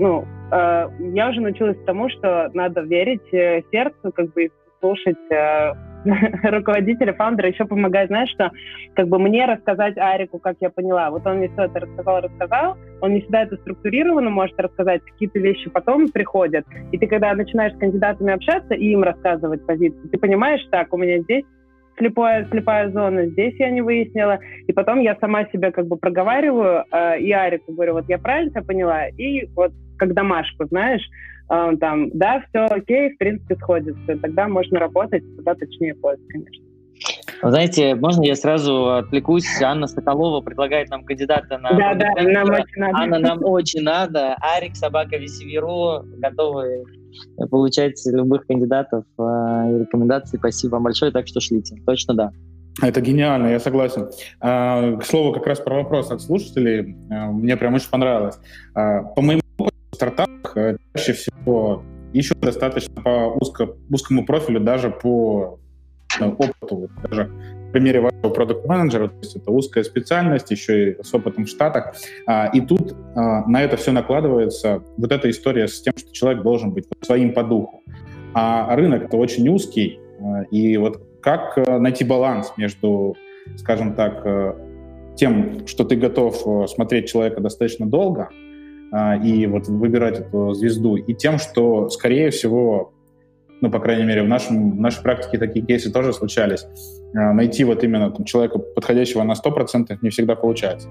я уже научилась тому, что надо верить сердцу, как бы, слушать руководителя, фаундера. Еще помогает, знаешь, что как бы мне рассказать Арику, как я поняла. Вот он мне все это рассказал, он не всегда это структурированно может рассказать, какие-то вещи потом приходят. И ты, когда начинаешь с кандидатами общаться и им рассказывать позицию, ты понимаешь, так, у меня здесь слепая зона, здесь я не выяснила. И потом я сама себя как бы проговариваю и Арику говорю, вот я правильно тебя поняла? И вот как домашку, знаешь, там, да, все окей, в принципе, сходится. Тогда можно работать, туда точнее поиск, конечно. Знаете, можно я сразу отвлекусь? Анна Соколова предлагает нам кандидата на... Да, нам очень надо. Анна, нам очень надо. Арик, собака VC.ru, готовы получать любых кандидатов и рекомендаций. Спасибо вам большое, так что шлите. Точно да. Это гениально, я согласен. К слову, как раз про вопрос от слушателей. Мне прям очень понравилось. По моему опыту в стартапах чаще всего ищут достаточно по узкому профилю, даже по опыту. Даже в примере вашего продакт-менеджера, то есть это узкая специальность, еще и с опытом в Штатах. И тут на это все накладывается вот эта история с тем, что человек должен быть своим по духу. А рынок-то очень узкий, и вот как найти баланс между, скажем так, тем, что ты готов смотреть человека достаточно долго и вот выбирать эту звезду, и тем, что, скорее всего, по крайней мере, в нашей практике такие кейсы тоже случались, найти вот именно человека, подходящего на 100%, не всегда получается.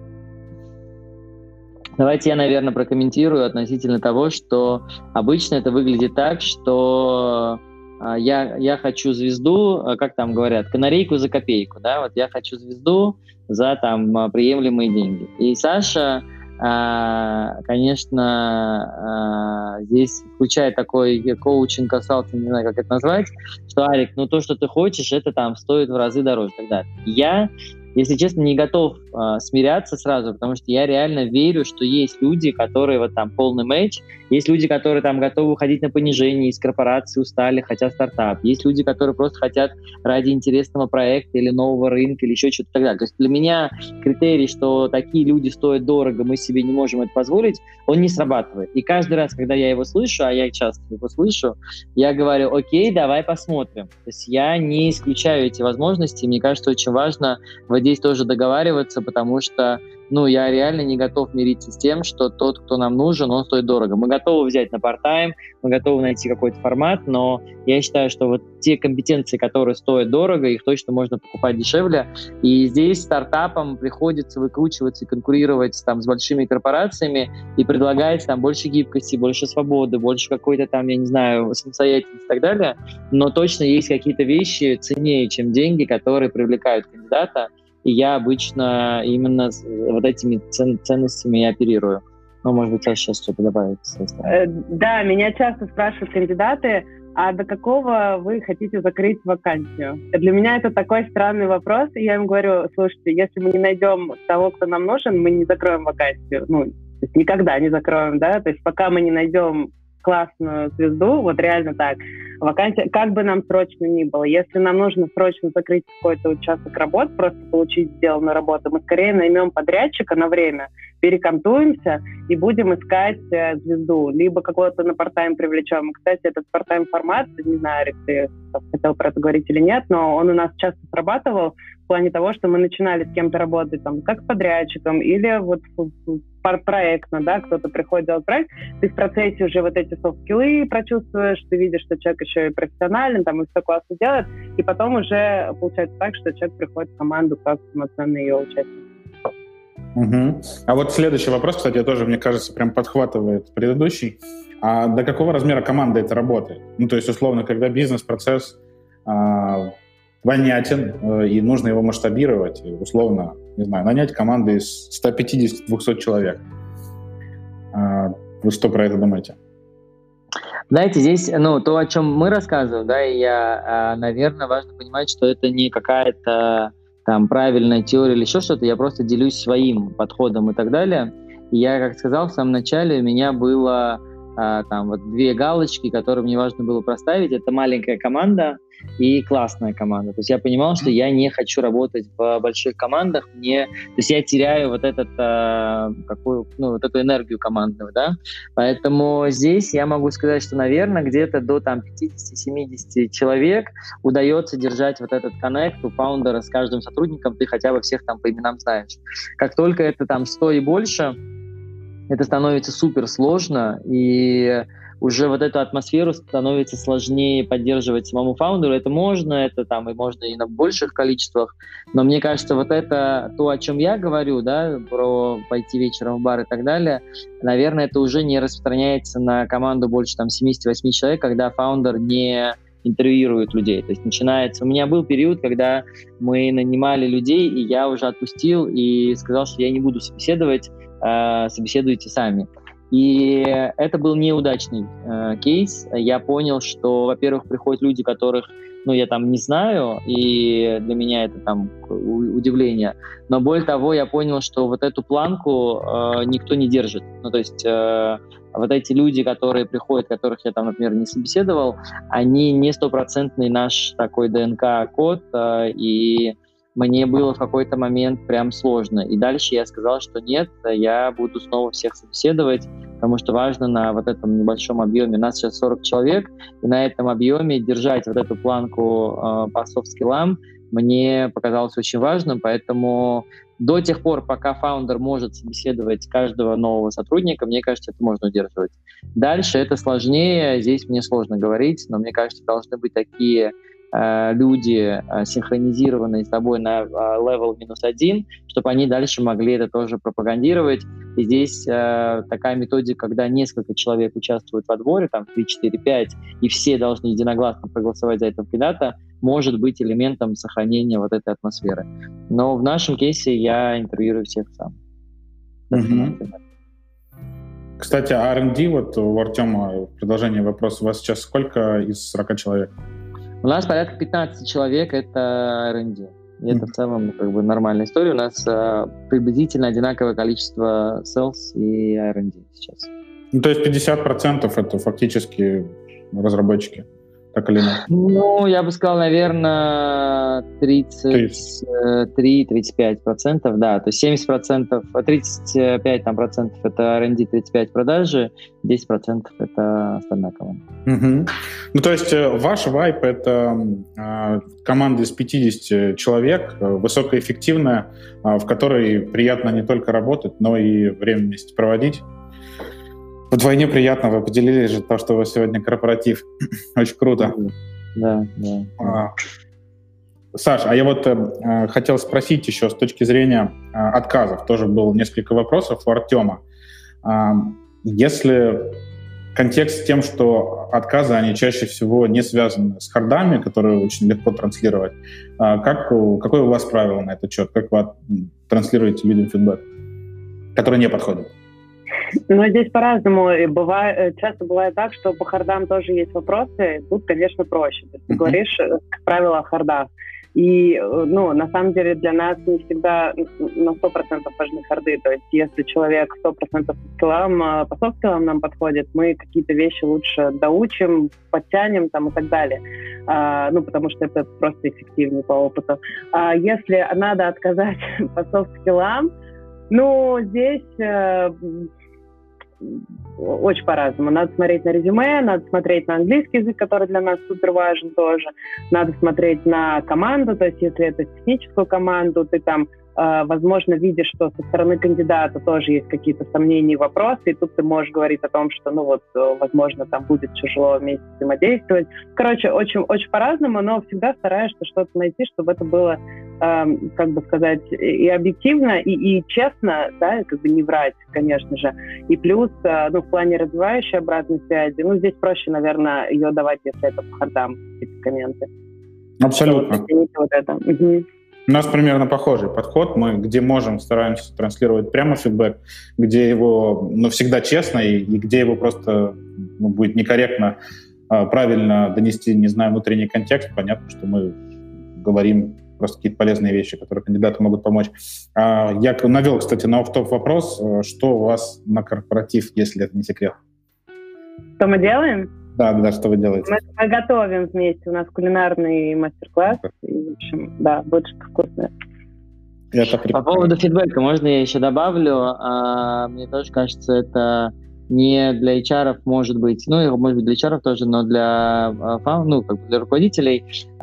Давайте я, наверное, прокомментирую относительно того, что обычно это выглядит так, что я хочу звезду, как там говорят, канарейку за копейку, да, вот я хочу звезду за там приемлемые деньги. И Саша, конечно, здесь включает такой коучинг, консалтинг, не знаю, как это назвать, что, Арик, то, что ты хочешь, это там стоит в разы дороже и так далее. Я, если честно, не готов смиряться сразу, потому что я реально верю, что есть люди, которые вот там полный матч, есть люди, которые там готовы уходить на понижение из корпорации, устали, хотят стартап, есть люди, которые просто хотят ради интересного проекта или нового рынка или еще что-то и так далее. То есть для меня критерий, что такие люди стоят дорого, мы себе не можем это позволить, он не срабатывает. И каждый раз, когда я его слышу, а я часто его слышу, я говорю, окей, давай посмотрим. То есть я не исключаю эти возможности, мне кажется, очень важно вот здесь тоже договариваться, потому что я реально не готов мириться с тем, что тот, кто нам нужен, он стоит дорого. Мы готовы взять на парт-тайм, мы готовы найти какой-то формат, но я считаю, что вот те компетенции, которые стоят дорого, их точно можно покупать дешевле. И здесь стартапам приходится выкручиваться и конкурировать там с большими корпорациями и предлагать там больше гибкости, больше свободы, больше какой-то там, я не знаю, самостоятельности и так далее. Но точно есть какие-то вещи ценнее, чем деньги, которые привлекают кандидата. И я обычно именно вот этими ценностями и оперирую. Может быть, я сейчас что-то добавить. Да, меня часто спрашивают кандидаты, а до какого вы хотите закрыть вакансию? Для меня это такой странный вопрос, и я им говорю, слушайте, если мы не найдем того, кто нам нужен, мы не закроем вакансию. Ну, то есть никогда не закроем, да, то есть пока мы не найдем классную звезду, вот реально так, вакансия, как бы нам срочно ни было, если нам нужно срочно закрыть какой-то участок работ, просто получить сделанную работу, мы скорее наймем подрядчика на время, перекантуемся и будем искать звезду, либо какого-то на парт-тайм привлечем. И, кстати, этот парт-тайм формат, не знаю, Рик, ты хотел про это говорить или нет, но он у нас часто срабатывал в плане того, что мы начинали с кем-то работать там, как с подрядчиком или вот проектно, да, кто-то приходит делать проект, ты в процессе уже вот эти софт-скиллы прочувствуешь, ты видишь, что человек еще и профессионален, там, и все классно делает, и потом уже получается так, что человек приходит в команду как полноценный ее участник. Угу. А вот следующий вопрос, кстати, тоже, мне кажется, прям подхватывает предыдущий. А до какого размера команда это работает? Ну, то есть, условно, когда бизнес-процесс понятен, и нужно его масштабировать, и, условно, не знаю, нанять команду из 150-200 человек. Вы что про это думаете? Знаете, здесь, ну, то, о чем мы рассказываем, да, и я, наверное, важно понимать, что это не какая-то там правильная теория или еще что-то, я просто делюсь своим подходом и так далее. И я, как сказал в самом начале, у меня было там вот 2 галочки, которые мне важно было проставить. Это маленькая команда и классная команда. То есть я понимал, что я не хочу работать в больших командах, то есть я теряю вот этот, вот эту энергию командную, да. Поэтому здесь я могу сказать, что, наверное, где-то до там 50-70 человек удается держать вот этот коннект у фаундера с каждым сотрудником, ты хотя бы всех там по именам знаешь. Как только это там 100 и больше, это становится супер сложно, и уже вот эту атмосферу становится сложнее поддерживать самому фаундеру. Это можно, и можно и на больших количествах, но мне кажется, вот это то, о чем я говорю, да, про пойти вечером в бар и так далее, наверное, это уже не распространяется на команду больше там 78 человек, когда фаундер не интервьюирует людей. То есть начинается... У меня был период, когда мы нанимали людей, и я уже отпустил и сказал, что я не буду собеседовать, собеседуйте сами. И это был неудачный кейс. Я понял, что, во-первых, приходят люди, которых, я там не знаю, и для меня это там удивление. Но более того, я понял, что вот эту планку никто не держит. То есть вот эти люди, которые приходят, которых я там, например, не собеседовал, они не стопроцентный наш такой ДНК-код, и мне было в какой-то момент прям сложно. И дальше я сказал, что нет, я буду снова всех собеседовать, потому что важно на вот этом небольшом объеме. У нас сейчас 40 человек, и на этом объеме держать вот эту планку по софт-скиллам мне показалось очень важным, поэтому до тех пор, пока фаундер может собеседовать каждого нового сотрудника, мне кажется, это можно удерживать. Дальше это сложнее, здесь мне сложно говорить, но мне кажется, должны быть такие люди, синхронизированные с тобой на level -1, чтобы они дальше могли это тоже пропагандировать. И здесь такая методика, когда несколько человек участвуют в отборе, там 3, 4, 5, и все должны единогласно проголосовать за этого кандидата, может быть элементом сохранения вот этой атмосферы. Но в нашем кейсе я интервьюирую всех сам. Кстати, R&D, вот у Артема продолжение вопроса, у вас сейчас сколько из 40 человек? У нас порядка 15 человек, это R&D. И это в целом нормальная история. У нас приблизительно одинаковое количество sales и R&D сейчас. То есть 50% это фактически разработчики, так или иначе? Я бы сказал, наверное, 33-35%, да. То есть 70%, 35% это R&D, 35% продажи, 10% это остальная команда. Угу. То есть ваш вайб — это команда из 50 человек, высокоэффективная, в которой приятно не только работать, но и время вместе проводить. Вдвойне приятно, вы поделились же то, что у вас сегодня корпоратив. Очень круто. Да. Саш, а я вот хотел спросить еще с точки зрения отказов. Тоже было несколько вопросов у Артема. Если контекст с тем, что отказы, они чаще всего не связаны с хардами, которые очень легко транслировать, какое у вас правило на этот счет? Как вы транслируете людям фидбэк, который не подходит? Но здесь по-разному. Часто бывает так, что по хардам тоже есть вопросы. Тут, конечно, проще. Ты говоришь, как правило, о хардах. И, на самом деле для нас не всегда на 100% важны харды. То есть если человек 100% по софт-скиллам нам подходит, мы какие-то вещи лучше доучим, подтянем там, и так далее. Потому что это просто эффективнее по опыту. А если надо отказать по софт-скиллам, здесь очень по-разному. Надо смотреть на резюме, надо смотреть на английский язык, который для нас супер важен тоже. Надо смотреть на команду, то есть если это техническую команду, ты там, возможно, видишь, что со стороны кандидата тоже есть какие-то сомнения и вопросы, и тут ты можешь говорить о том, что, возможно, там будет тяжело вместе взаимодействовать. Короче, очень, очень по-разному, но всегда стараешься что-то найти, чтобы это было, и объективно, и честно, да, не врать, конечно же. И плюс, в плане развивающей обратной связи, здесь проще, наверное, ее давать, если это по хардам, эти комменты. Абсолютно. Вот это. Угу. У нас примерно похожий подход. Мы, где можем, стараемся транслировать прямо фидбэк, где его, всегда честно, и где его просто будет некорректно правильно донести, не знаю, внутренний контекст. Понятно, что мы говорим просто какие-то полезные вещи, которые кандидаты могут помочь. Я навел, кстати, на офф-топ вопрос. Что у вас на корпоратив, если это не секрет? Что мы делаем? Да, что вы делаете? Мы готовим вместе. У нас кулинарный мастер-класс. И, в общем, да, будет что-то вкусное. По поводу фидбэка, можно я еще добавлю? Мне тоже кажется, это не для HR может быть, может быть для HR тоже, но для руководителей.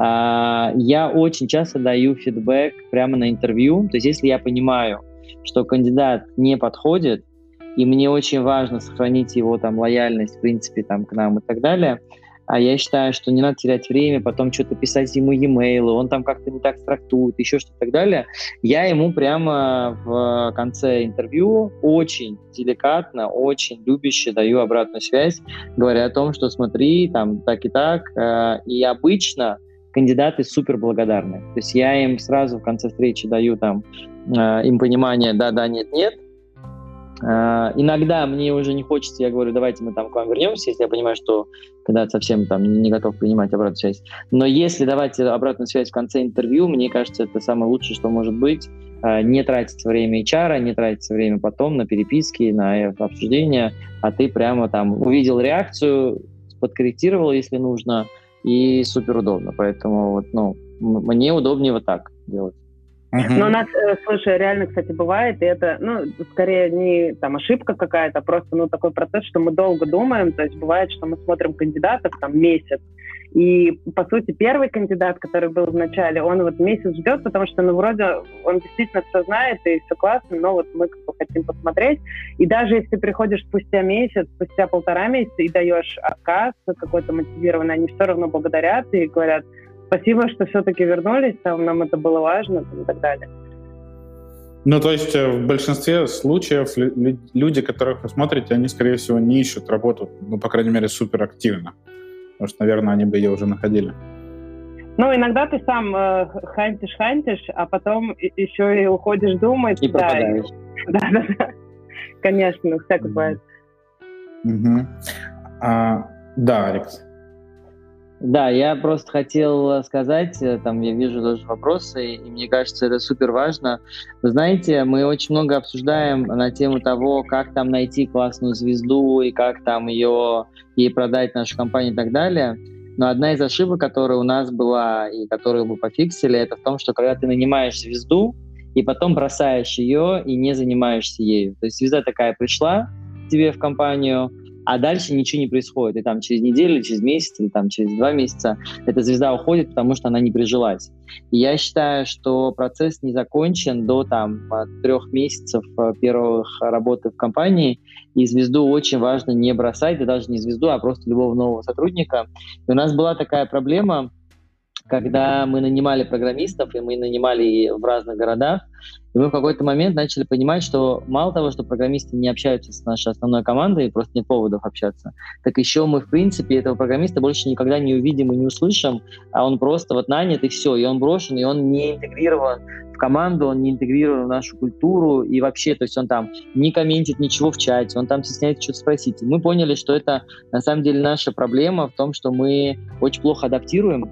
Я очень часто даю фидбэк прямо на интервью. То есть если я понимаю, что кандидат не подходит, и мне очень важно сохранить его лояльность, в принципе, к нам и так далее, а я считаю, что не надо терять время, потом что-то писать ему e-mail, он как-то не так трактует, еще что-то и так далее. Я ему прямо в конце интервью очень деликатно, очень любяще даю обратную связь, говоря о том, что смотри, так и так. И обычно кандидаты супер благодарны. То есть я им сразу в конце встречи даю им понимание да, нет. Иногда мне уже не хочется, я говорю, давайте мы к вам вернемся, если я понимаю, что когда совсем не готов принимать обратную связь. Но если давать обратную связь в конце интервью, мне кажется, это самое лучшее, что может быть. Не тратить время HR, не тратить время потом на переписки, на обсуждения, а ты прямо увидел реакцию, подкорректировал, если нужно, и супер удобно. Поэтому мне удобнее вот так делать. Но у нас, слушай, реально, кстати, бывает, и это, скорее не ошибка какая-то, а просто, такой процесс, что мы долго думаем, то есть бывает, что мы смотрим кандидатов месяц, и, по сути, первый кандидат, который был в начале, он месяц ждет, потому что, вроде он действительно все знает, и все классно, но мы хотим посмотреть, и даже если ты приходишь спустя месяц, спустя 1,5 месяца и даешь отказ какой-то мотивированный, они все равно благодарят и говорят: спасибо, что все-таки вернулись, нам это было важно, и так далее. То есть в большинстве случаев люди, которых вы смотрите, они, скорее всего, не ищут работу, по крайней мере, суперактивно. Потому что, наверное, они бы ее уже находили. Иногда ты сам хантишь, а потом еще и уходишь думать. И пропадаешь. Да. Конечно, всякое бывает. Да, Алекс. Да, я просто хотел сказать, я вижу тоже вопросы, и мне кажется, это супер важно. Вы знаете, мы очень много обсуждаем на тему того, как найти классную звезду, и как ей продать нашу компанию и так далее. Но одна из ошибок, которая у нас была, и которую мы пофиксили, это в том, что когда ты нанимаешь звезду, и потом бросаешь ее, и не занимаешься ею. То есть звезда такая пришла к тебе в компанию, а дальше ничего не происходит. И через неделю, через месяц, или через 2 месяца эта звезда уходит, потому что она не прижилась. И я считаю, что процесс не закончен до 3 месяцев первых работы в компании, и звезду очень важно не бросать, да даже не звезду, а просто любого нового сотрудника. И у нас была такая проблема, когда мы нанимали программистов, и мы нанимали в разных городах, И мы в какой-то момент начали понимать, что мало того, что программисты не общаются с нашей основной командой, просто нет поводов общаться, так еще мы, в принципе, этого программиста больше никогда не увидим и не услышим, а он просто вот нанят, и все, и он брошен, и он не интегрирован в команду, он не интегрирован в нашу культуру, и вообще, то есть он там не комментит ничего в чате, он там стесняется что-то спросить. И мы поняли, что это на самом деле наша проблема в том, что мы очень плохо адаптируем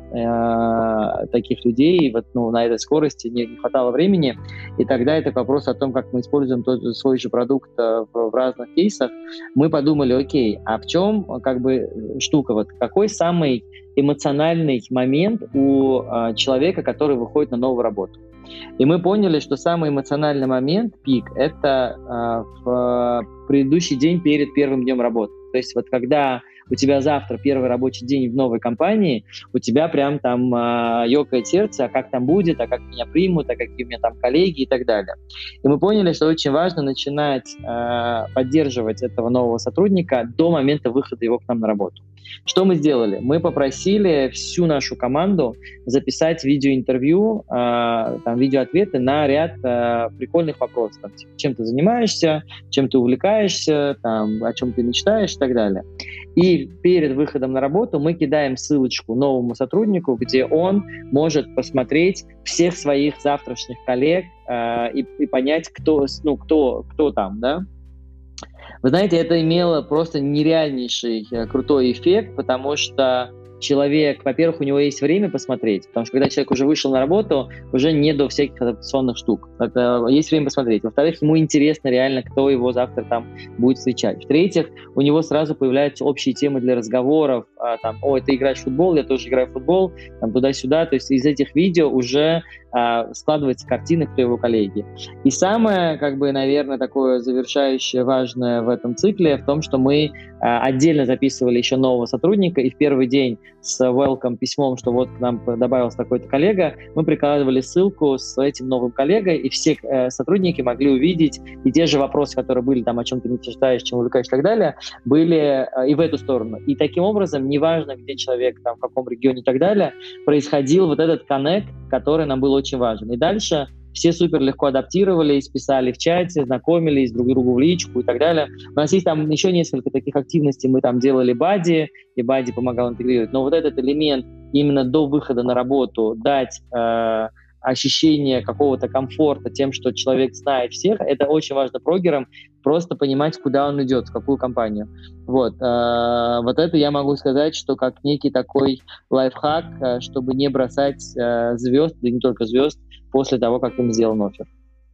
таких людей, вот, на этой скорости не хватало времени, и тогда это вопрос о том, как мы используем свой же продукт в разных кейсах. Мы подумали, окей, а в чем как бы штука, вот какой самый эмоциональный момент у человека, который выходит на новую работу? И мы поняли, что самый эмоциональный момент, пик, это в предыдущий день перед первым днем работы. То есть вот когда у тебя завтра первый рабочий день в новой компании, у тебя прям там ёкает сердце, а как там будет, а как меня примут, а какие у меня там коллеги и так далее. И мы поняли, что очень важно начинать поддерживать этого нового сотрудника до момента выхода его к нам на работу. Что мы сделали? Мы попросили всю нашу команду записать видеоинтервью, видеоответы на ряд прикольных вопросов. Там, типа, чем ты занимаешься, чем ты увлекаешься, там, о чем ты мечтаешь и так далее. И перед выходом на работу мы кидаем ссылочку новому сотруднику, где он может посмотреть всех своих завтрашних коллег и понять, кто там, да. Вы знаете, это имело просто нереальнейший крутой эффект, потому что человек, во-первых, у него есть время посмотреть, потому что когда человек уже вышел на работу, уже не до всяких адаптационных штук. Это есть время посмотреть. Во-вторых, ему интересно реально, кто его завтра там будет встречать. В-третьих, у него сразу появляются общие темы для разговоров. Ты играешь в футбол, я тоже играю в футбол, там, туда-сюда. То есть из этих видео уже складывается картина, кто его коллеги. И самое, наверное, такое завершающее важное в этом цикле в том, что мы отдельно записывали еще нового сотрудника, и в первый день с welcome письмом, что вот к нам добавился такой-то коллега, мы прикладывали ссылку с этим новым коллегой, и все сотрудники могли увидеть, и те же вопросы, которые были там, о чем ты мечтаешь, чем увлекаешься и так далее, были и в эту сторону. И таким образом, неважно, где человек, там, в каком регионе и так далее, происходил вот этот коннект, который нам был очень важен. И дальше все супер легко адаптировались, писали в чате, знакомились друг другу в личку и так далее. У нас есть там еще несколько таких активностей. Мы там делали бадди, и бадди помогал интегрировать. Но вот этот элемент именно до выхода на работу дать ощущение какого-то комфорта тем, что человек знает всех, это очень важно прогерам, просто понимать, куда он идет, в какую компанию. Вот это я могу сказать, что как некий такой лайфхак, чтобы не бросать звезд, да не только звезд, после того, как им сделан оффер.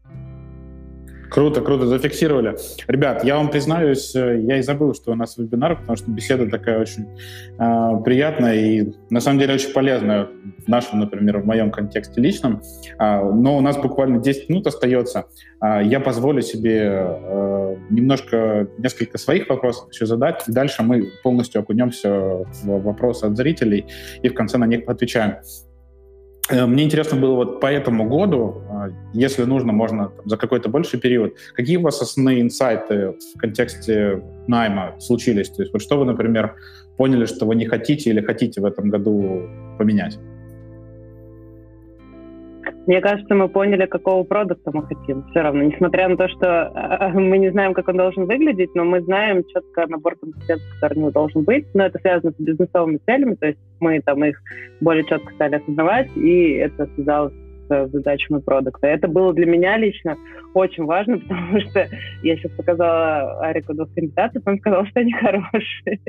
Круто, зафиксировали. Ребят, я вам признаюсь, я и забыл, что у нас вебинар, потому что беседа такая очень приятная и, на самом деле, очень полезная в нашем, например, в моем контексте личном. Но у нас буквально 10 минут остается. Я позволю себе несколько своих вопросов еще задать. И дальше мы полностью окунемся в вопросы от зрителей и в конце на них отвечаем. Мне интересно было вот по этому году, если нужно, можно за какой-то больший период, какие у вас основные инсайты в контексте найма случились? То есть вот что вы, например, поняли, что вы не хотите или хотите в этом году поменять? Мне кажется, мы поняли, какого продукта мы хотим. Все равно, несмотря на то, что мы не знаем, как он должен выглядеть, но мы знаем четко набор компетенций, который у него должен быть. Но это связано с бизнесовыми целями, то есть мы там их более четко стали осознавать, и это связалось с задачами продукта. Это было для меня лично очень важно, потому что я сейчас показала Арику 2 кандидатов, он сказал, что они хорошие.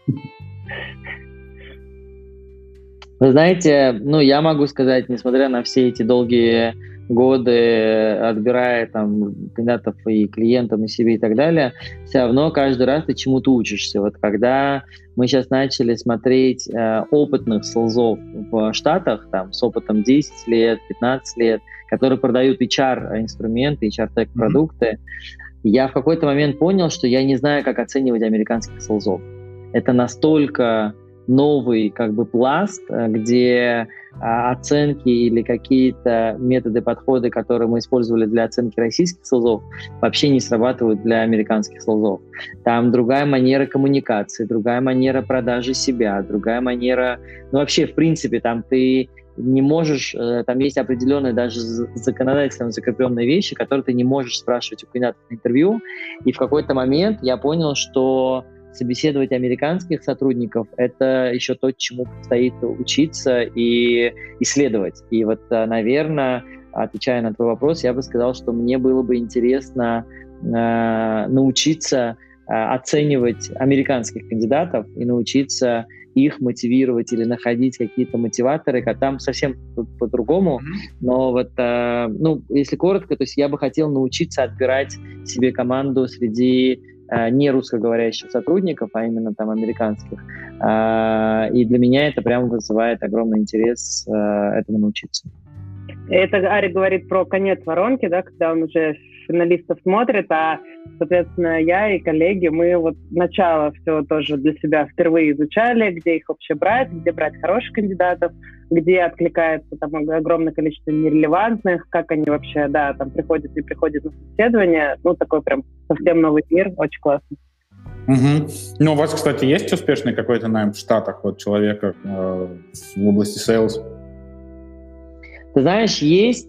Вы знаете, я могу сказать, несмотря на все эти долгие годы, отбирая там кандидатов и клиентам, и себе и так далее, все равно каждый раз ты чему-то учишься. Вот когда мы сейчас начали смотреть опытных селзов в Штатах, там, с опытом 10 лет, 15 лет, которые продают HR-инструменты, HR-тек-продукты, я в какой-то момент понял, что я не знаю, как оценивать американских селзов. Это настолько новый пласт, где оценки или какие-то методы, подходы, которые мы использовали для оценки российских селзов, вообще не срабатывают для американских селзов. Там другая манера коммуникации, другая манера продажи себя, другая манера... вообще, в принципе, там ты не можешь, там есть определенные даже законодательством закрепленные вещи, которые ты не можешь спрашивать у кандидатов на интервью. И в какой-то момент я понял, что собеседовать американских сотрудников – это еще то, чему предстоит учиться и исследовать. И вот, наверное, отвечая на твой вопрос, я бы сказал, что мне было бы интересно научиться оценивать американских кандидатов и научиться их мотивировать или находить какие-то мотиваторы, там совсем по-другому. Но вот, если коротко, то есть я бы хотел научиться отбирать себе команду среди не русскоговорящих сотрудников, а именно там американских. И для меня это прямо вызывает огромный интерес этому научиться. Это Арик говорит про конец воронки, да, когда он уже финалистов смотрит, а, соответственно, я и коллеги, мы вот начало все тоже для себя впервые изучали, где их вообще брать, где брать хороших кандидатов, где откликается там огромное количество нерелевантных, как они вообще, да, там приходят, не приходят на собеседование, такой прям совсем новый мир, очень классно. Угу. Ну, у вас, кстати, есть успешный какой-то найм в Штатах вот человека в области sales? Ты знаешь, есть,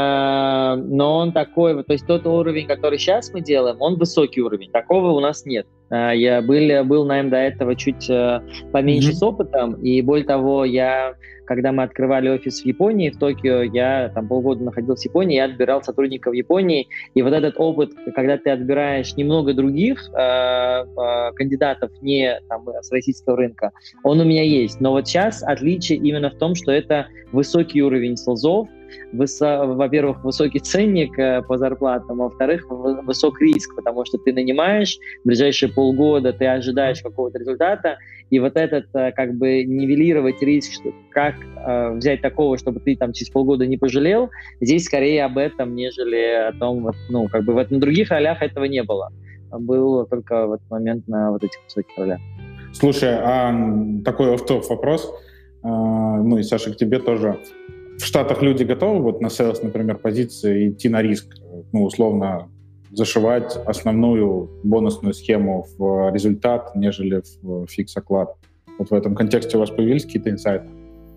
но он такой, то есть тот уровень, который сейчас мы делаем, он высокий уровень, такого у нас нет. Я был найм до этого чуть поменьше с опытом, и более того, когда мы открывали офис в Японии, в Токио, я там полгода находился в Японии, я отбирал сотрудников в Японии, и вот этот опыт, когда ты отбираешь немного других кандидатов не там, с российского рынка, он у меня есть. Но вот сейчас отличие именно в том, что это высокий уровень селзов, во-первых, высокий ценник по зарплатам, а во-вторых, высок риск, потому что ты нанимаешь, в ближайшие полгода ты ожидаешь какого-то результата, и вот этот, как бы, нивелировать риск, как взять такого, чтобы ты там через полгода не пожалел, здесь скорее об этом, нежели о том, на других ролях этого не было. Был только в этот момент на вот этих высоких ролях. Слушай, такой офф-топ вопрос, и, Саша, к тебе тоже. В Штатах люди готовы вот на sales, например, позиции идти на риск, условно зашивать основную бонусную схему в результат, нежели в фикс-оклад? Вот в этом контексте у вас появились какие-то инсайты?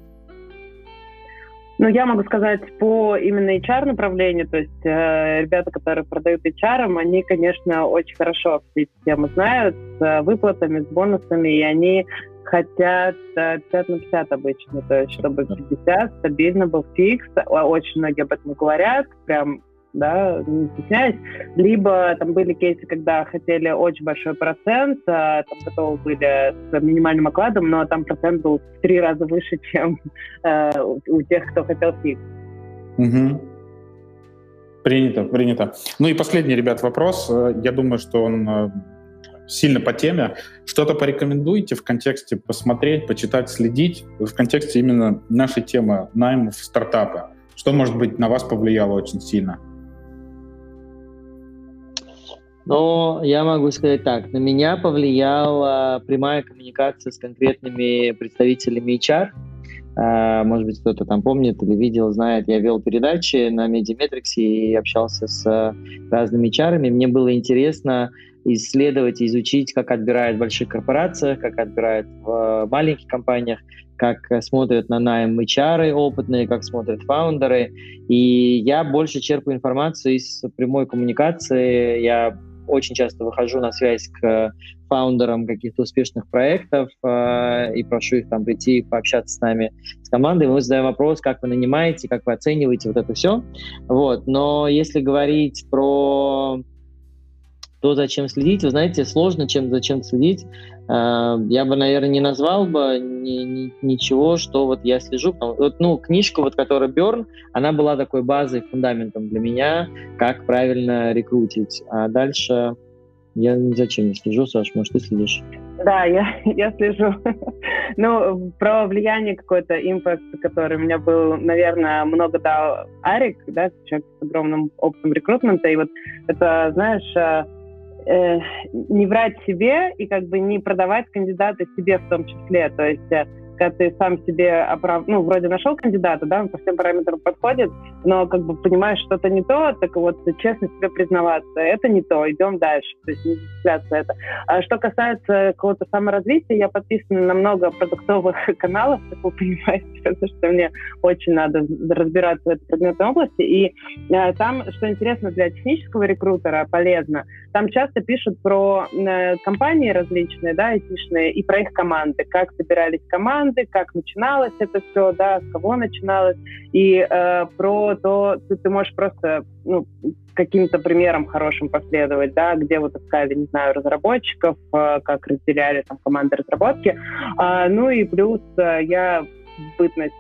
Я могу сказать по именно HR-направлению, то есть ребята, которые продают HR, они, конечно, очень хорошо все эти темы знают, с выплатами, с бонусами, и они хотят 50 на 50 обычно, то есть чтобы 50 стабильно был фикс, очень многие об этом говорят, прям, да, не стесняюсь, либо там были кейсы, когда хотели очень большой процент, там готовы были с минимальным окладом, но там процент был в 3 раза выше, чем у тех, кто хотел фикс. Угу. Принято. И последний, ребят, вопрос, я думаю, что он сильно по теме. Что-то порекомендуете в контексте посмотреть, почитать, следить, в контексте именно нашей темы найма в стартапы? Что, может быть, на вас повлияло очень сильно? Я могу сказать так. На меня повлияла прямая коммуникация с конкретными представителями HR. Может быть, кто-то там помнит или видел, знает. Я вел передачи на Медиаметрикс и общался с разными HR-ами. Мне было интересно исследовать и изучить, как отбирают в больших корпорациях, как отбирают в маленьких компаниях, как смотрят на найм HR опытные, как смотрят фаундеры. И я больше черпаю информацию из прямой коммуникации. Я очень часто выхожу на связь к фаундерам каких-то успешных проектов и прошу их там прийти и пообщаться с нами, с командой. Мы задаем вопрос, как вы нанимаете, как вы оцениваете вот это все. Но если говорить про то, зачем следить, вы знаете, сложно зачем следить. Я бы, наверное, не назвал бы ничего, что вот я слежу. Книжка, которая Burn, она была такой базой, фундаментом для меня, как правильно рекрутить. А дальше я ни зачем не слежу. Саш, может, ты следишь? Да, я слежу. Про влияние какой-то импакт, который у меня был, наверное, много дал Арик, да, человек с огромным опытом рекрутмента. И вот это, знаешь, не врать себе и как бы не продавать кандидата себе в том числе. То есть когда ты сам себе вроде нашел кандидата, да, он по всем параметрам подходит, но как бы понимаешь, что-то не то, так вот честно себе признаваться, это не то, идем дальше, то есть не зацепляться это. А что касается какого-то саморазвития, я подписана на много продуктовых каналов, как вы понимаете, потому что мне очень надо разбираться в этой предметной области, и там, что интересно для технического рекрутера, полезно, там часто пишут про компании различные, да, айтишные, и про их команды, как собирались команды, как начиналось это все, да, с кого начиналось, и про то, ты можешь просто каким-то примером хорошим последовать, да, где вот искали, не знаю, разработчиков, как разделяли там команды разработки. Ну и плюс я в бытность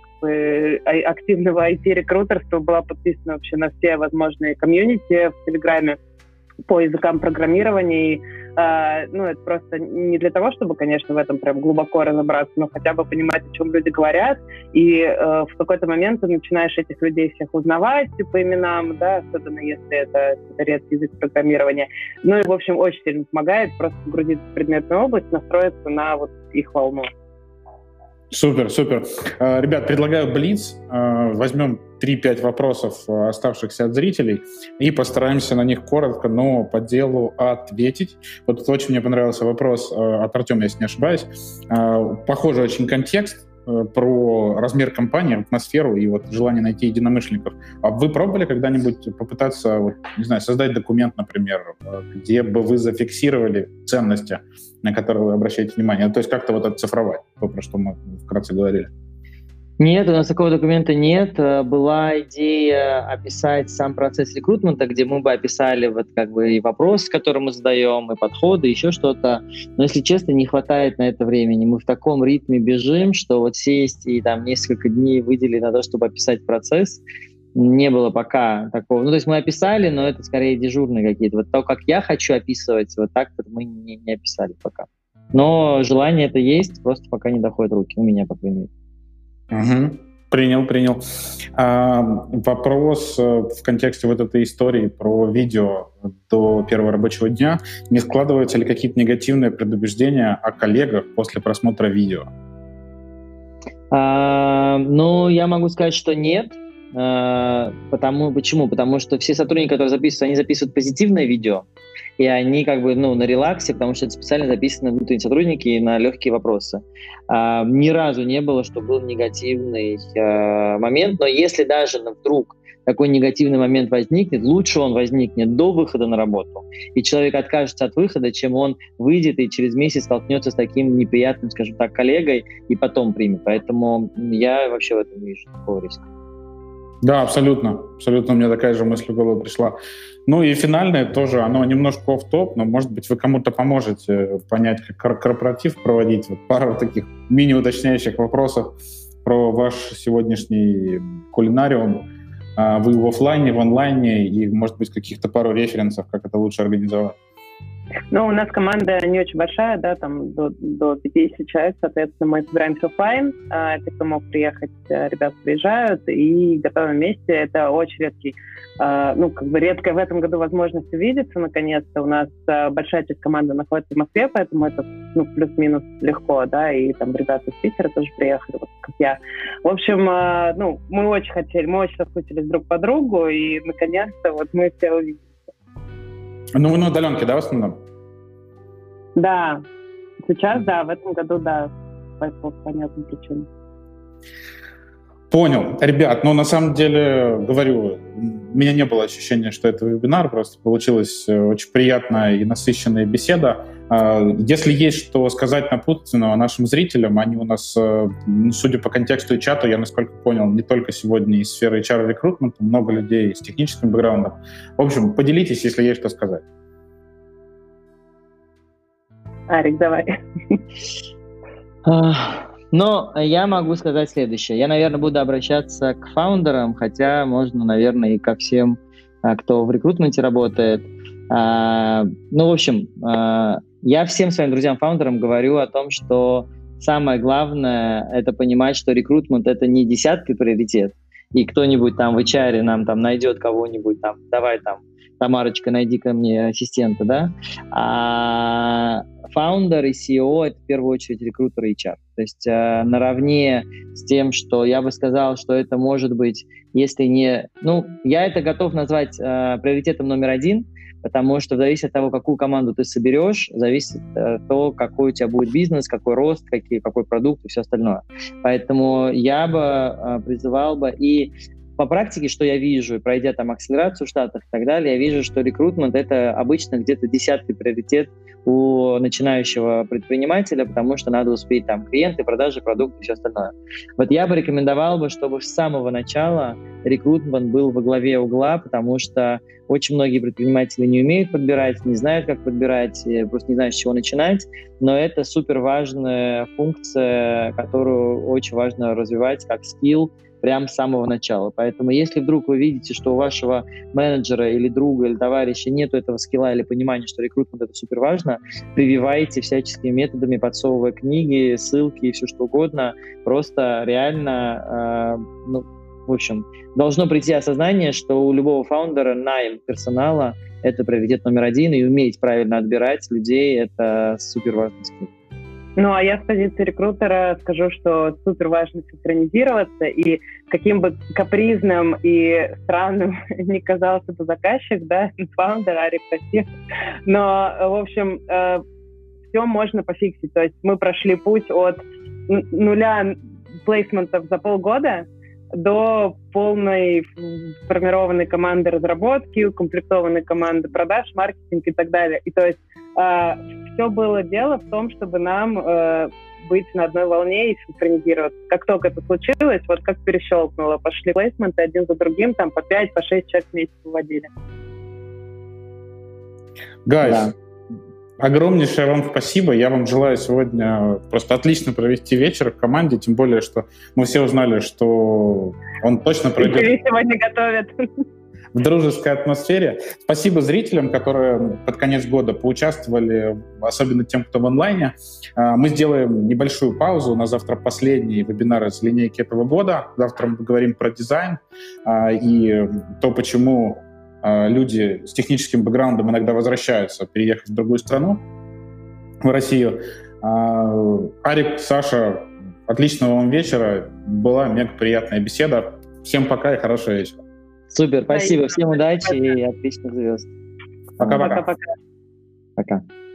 активного IT-рекрутерства была подписана вообще на все возможные комьюнити в Телеграме по языкам программирования. Это просто не для того, чтобы, конечно, в этом прям глубоко разобраться, но хотя бы понимать, о чем люди говорят. И в какой-то момент ты начинаешь этих людей всех узнавать по именам, да, особенно если это редкий язык программирования. Ну и, в общем, очень сильно помогает просто погрузиться в предметную область, настроиться на вот их волну. Супер, супер. Ребят, предлагаю блиц. Возьмем 3-5 вопросов, оставшихся от зрителей, и постараемся на них коротко, но по делу ответить. Вот тут очень мне понравился вопрос от Артема, если не ошибаюсь. Похожий очень контекст про размер компании, атмосферу и вот желание найти единомышленников. А вы пробовали когда-нибудь попытаться, не знаю, создать документ, например, где бы вы зафиксировали ценности, на которые вы обращаете внимание? То есть как-то вот оцифровать, то, про что мы вкратце говорили. Нет, у нас такого документа нет. Была идея описать сам процесс рекрутмента, где мы бы описали вот как бы и вопросы, которые мы задаем, и подходы, еще что-то. Но, если честно, не хватает на это времени. Мы в таком ритме бежим, что вот сесть и там несколько дней выделить на то, чтобы описать процесс, не было пока такого. То есть мы описали, но это скорее дежурные какие-то. Вот то, как я хочу описывать, вот так вот мы не описали пока. Но желание это есть, просто пока не доходят руки. У меня, по крайней мере. Угу. Принял. Вопрос в контексте вот этой истории про видео до первого рабочего дня. Не складываются ли какие-то негативные предубеждения о коллегах после просмотра видео? Я могу сказать, что нет. Почему? Потому что все сотрудники, которые записывают, они записывают позитивное видео, и они как бы на релаксе, потому что это специально записаны внутренние сотрудники на легкие вопросы. Ни разу не было, что был негативный момент, но если даже вдруг такой негативный момент возникнет, лучше он возникнет до выхода на работу, и человек откажется от выхода, чем он выйдет и через месяц столкнется с таким неприятным, скажем так, коллегой и потом примет. Поэтому я вообще в этом не вижу такого риска. Да, абсолютно. Абсолютно у меня такая же мысль в голову пришла. Ну и финальное тоже, оно немножко офф-топ, но, может быть, вы кому-то поможете понять, как корпоратив проводить. Вот пару таких мини-уточняющих вопросов про ваш сегодняшний кулинариум. Вы в офлайне, в онлайне, и, может быть, каких-то пару референсов, как это лучше организовать. У нас команда не очень большая, да, там до 50 человек, соответственно, мы собираемся офлайн. Те, кто мог приехать, ребята приезжают и готовим вместе. Это очень редкий, редкая в этом году возможность увидеться, наконец-то. У нас большая часть команды находится в Москве, поэтому это, плюс-минус легко, да, и там ребята из Питера тоже приехали, вот как я. В общем, мы очень соскучились друг по другу, и, наконец-то, вот мы все увидели. Вы на удаленке, да, в основном? Да, сейчас, да, в этом году, да, по понятным причинам. Понял. Ребят, на самом деле, говорю, у меня не было ощущения, что это вебинар, просто получилась очень приятная и насыщенная беседа. Если есть что сказать напутственно нашим зрителям, они у нас, судя по контексту и чату, я, насколько понял, не только сегодня из сферы HR рекрутмента, много людей с техническим бэкграундом. В общем, поделитесь, если есть что сказать. Арик, давай. Я могу сказать следующее. Я, наверное, буду обращаться к фаундерам, хотя можно, наверное, и ко всем, кто в рекрутменте работает. В общем, я всем своим друзьям-фаундерам говорю о том, что самое главное — это понимать, что рекрутмент — это не 10-й приоритет, и кто-нибудь там в HR нам там найдет кого-нибудь, там, давай там, Тамарочка, найди ко мне ассистента, да? Founder и CEO — это в первую очередь рекрутер и HR. То есть наравне с тем, что я бы сказал, что это может быть, если не... Ну, я это готов назвать приоритетом номер один, потому что зависит от того, какую команду ты соберешь, зависит от того, какой у тебя будет бизнес, какой рост, какой продукт и все остальное. Поэтому я бы призывал бы и по практике, что я вижу, пройдя там акселерацию в Штатах и так далее, я вижу, что рекрутмент — это обычно где-то 10-й приоритет у начинающего предпринимателя, потому что надо успеть там клиенты, продажи, продукты и все остальное. Вот я бы рекомендовал бы, чтобы с самого начала рекрутмент был во главе угла, потому что очень многие предприниматели не умеют подбирать, не знают, как подбирать, просто не знают, с чего начинать, но это супер важная функция, которую очень важно развивать как скилл прямо с самого начала. Поэтому если вдруг вы видите, что у вашего менеджера или друга, или товарища нету этого скилла или понимания, что рекрутмент — это супер важно, прививайте всяческими методами, подсовывая книги, ссылки и все что угодно. Просто реально, в общем, должно прийти осознание, что у любого фаундера найм персонала — это приоритет номер один, и уметь правильно отбирать людей — это супер важный скилл. Ну, а я с позиции рекрутера скажу, что супер важно синхронизироваться, и каким бы капризным и странным ни казался бы заказчик, да, фаундер, Арик, прости, но, в общем, все можно пофиксить. То есть мы прошли путь от нуля плейсментов за полгода до полной сформированной команды разработки, укомплектованной команды продаж, маркетинг и так далее. И то есть все было дело в том, чтобы нам быть на одной волне и синхронизироваться. Как только это случилось, вот как перещелкнуло, пошли плейсменты один за другим, там по 5, по 6 человек в месяц выводили. Гайс, огромнейшее вам спасибо. Я вам желаю сегодня просто отлично провести вечер в команде, тем более, что мы все узнали, что он точно пройдет... И сегодня готовят. В дружеской атмосфере. Спасибо зрителям, которые под конец года поучаствовали, особенно тем, кто в онлайне. Мы сделаем небольшую паузу. На завтра последний вебинар из линейки этого года. Завтра мы поговорим про дизайн и то, почему люди с техническим бэкграундом иногда возвращаются, переехав в другую страну, в Россию. Арик, Саша, отличного вам вечера. Была мега приятная беседа. Всем пока и хорошего вечера. Супер, спасибо. Всем удачи и отличных звезд. Пока-пока. Пока-пока. Пока.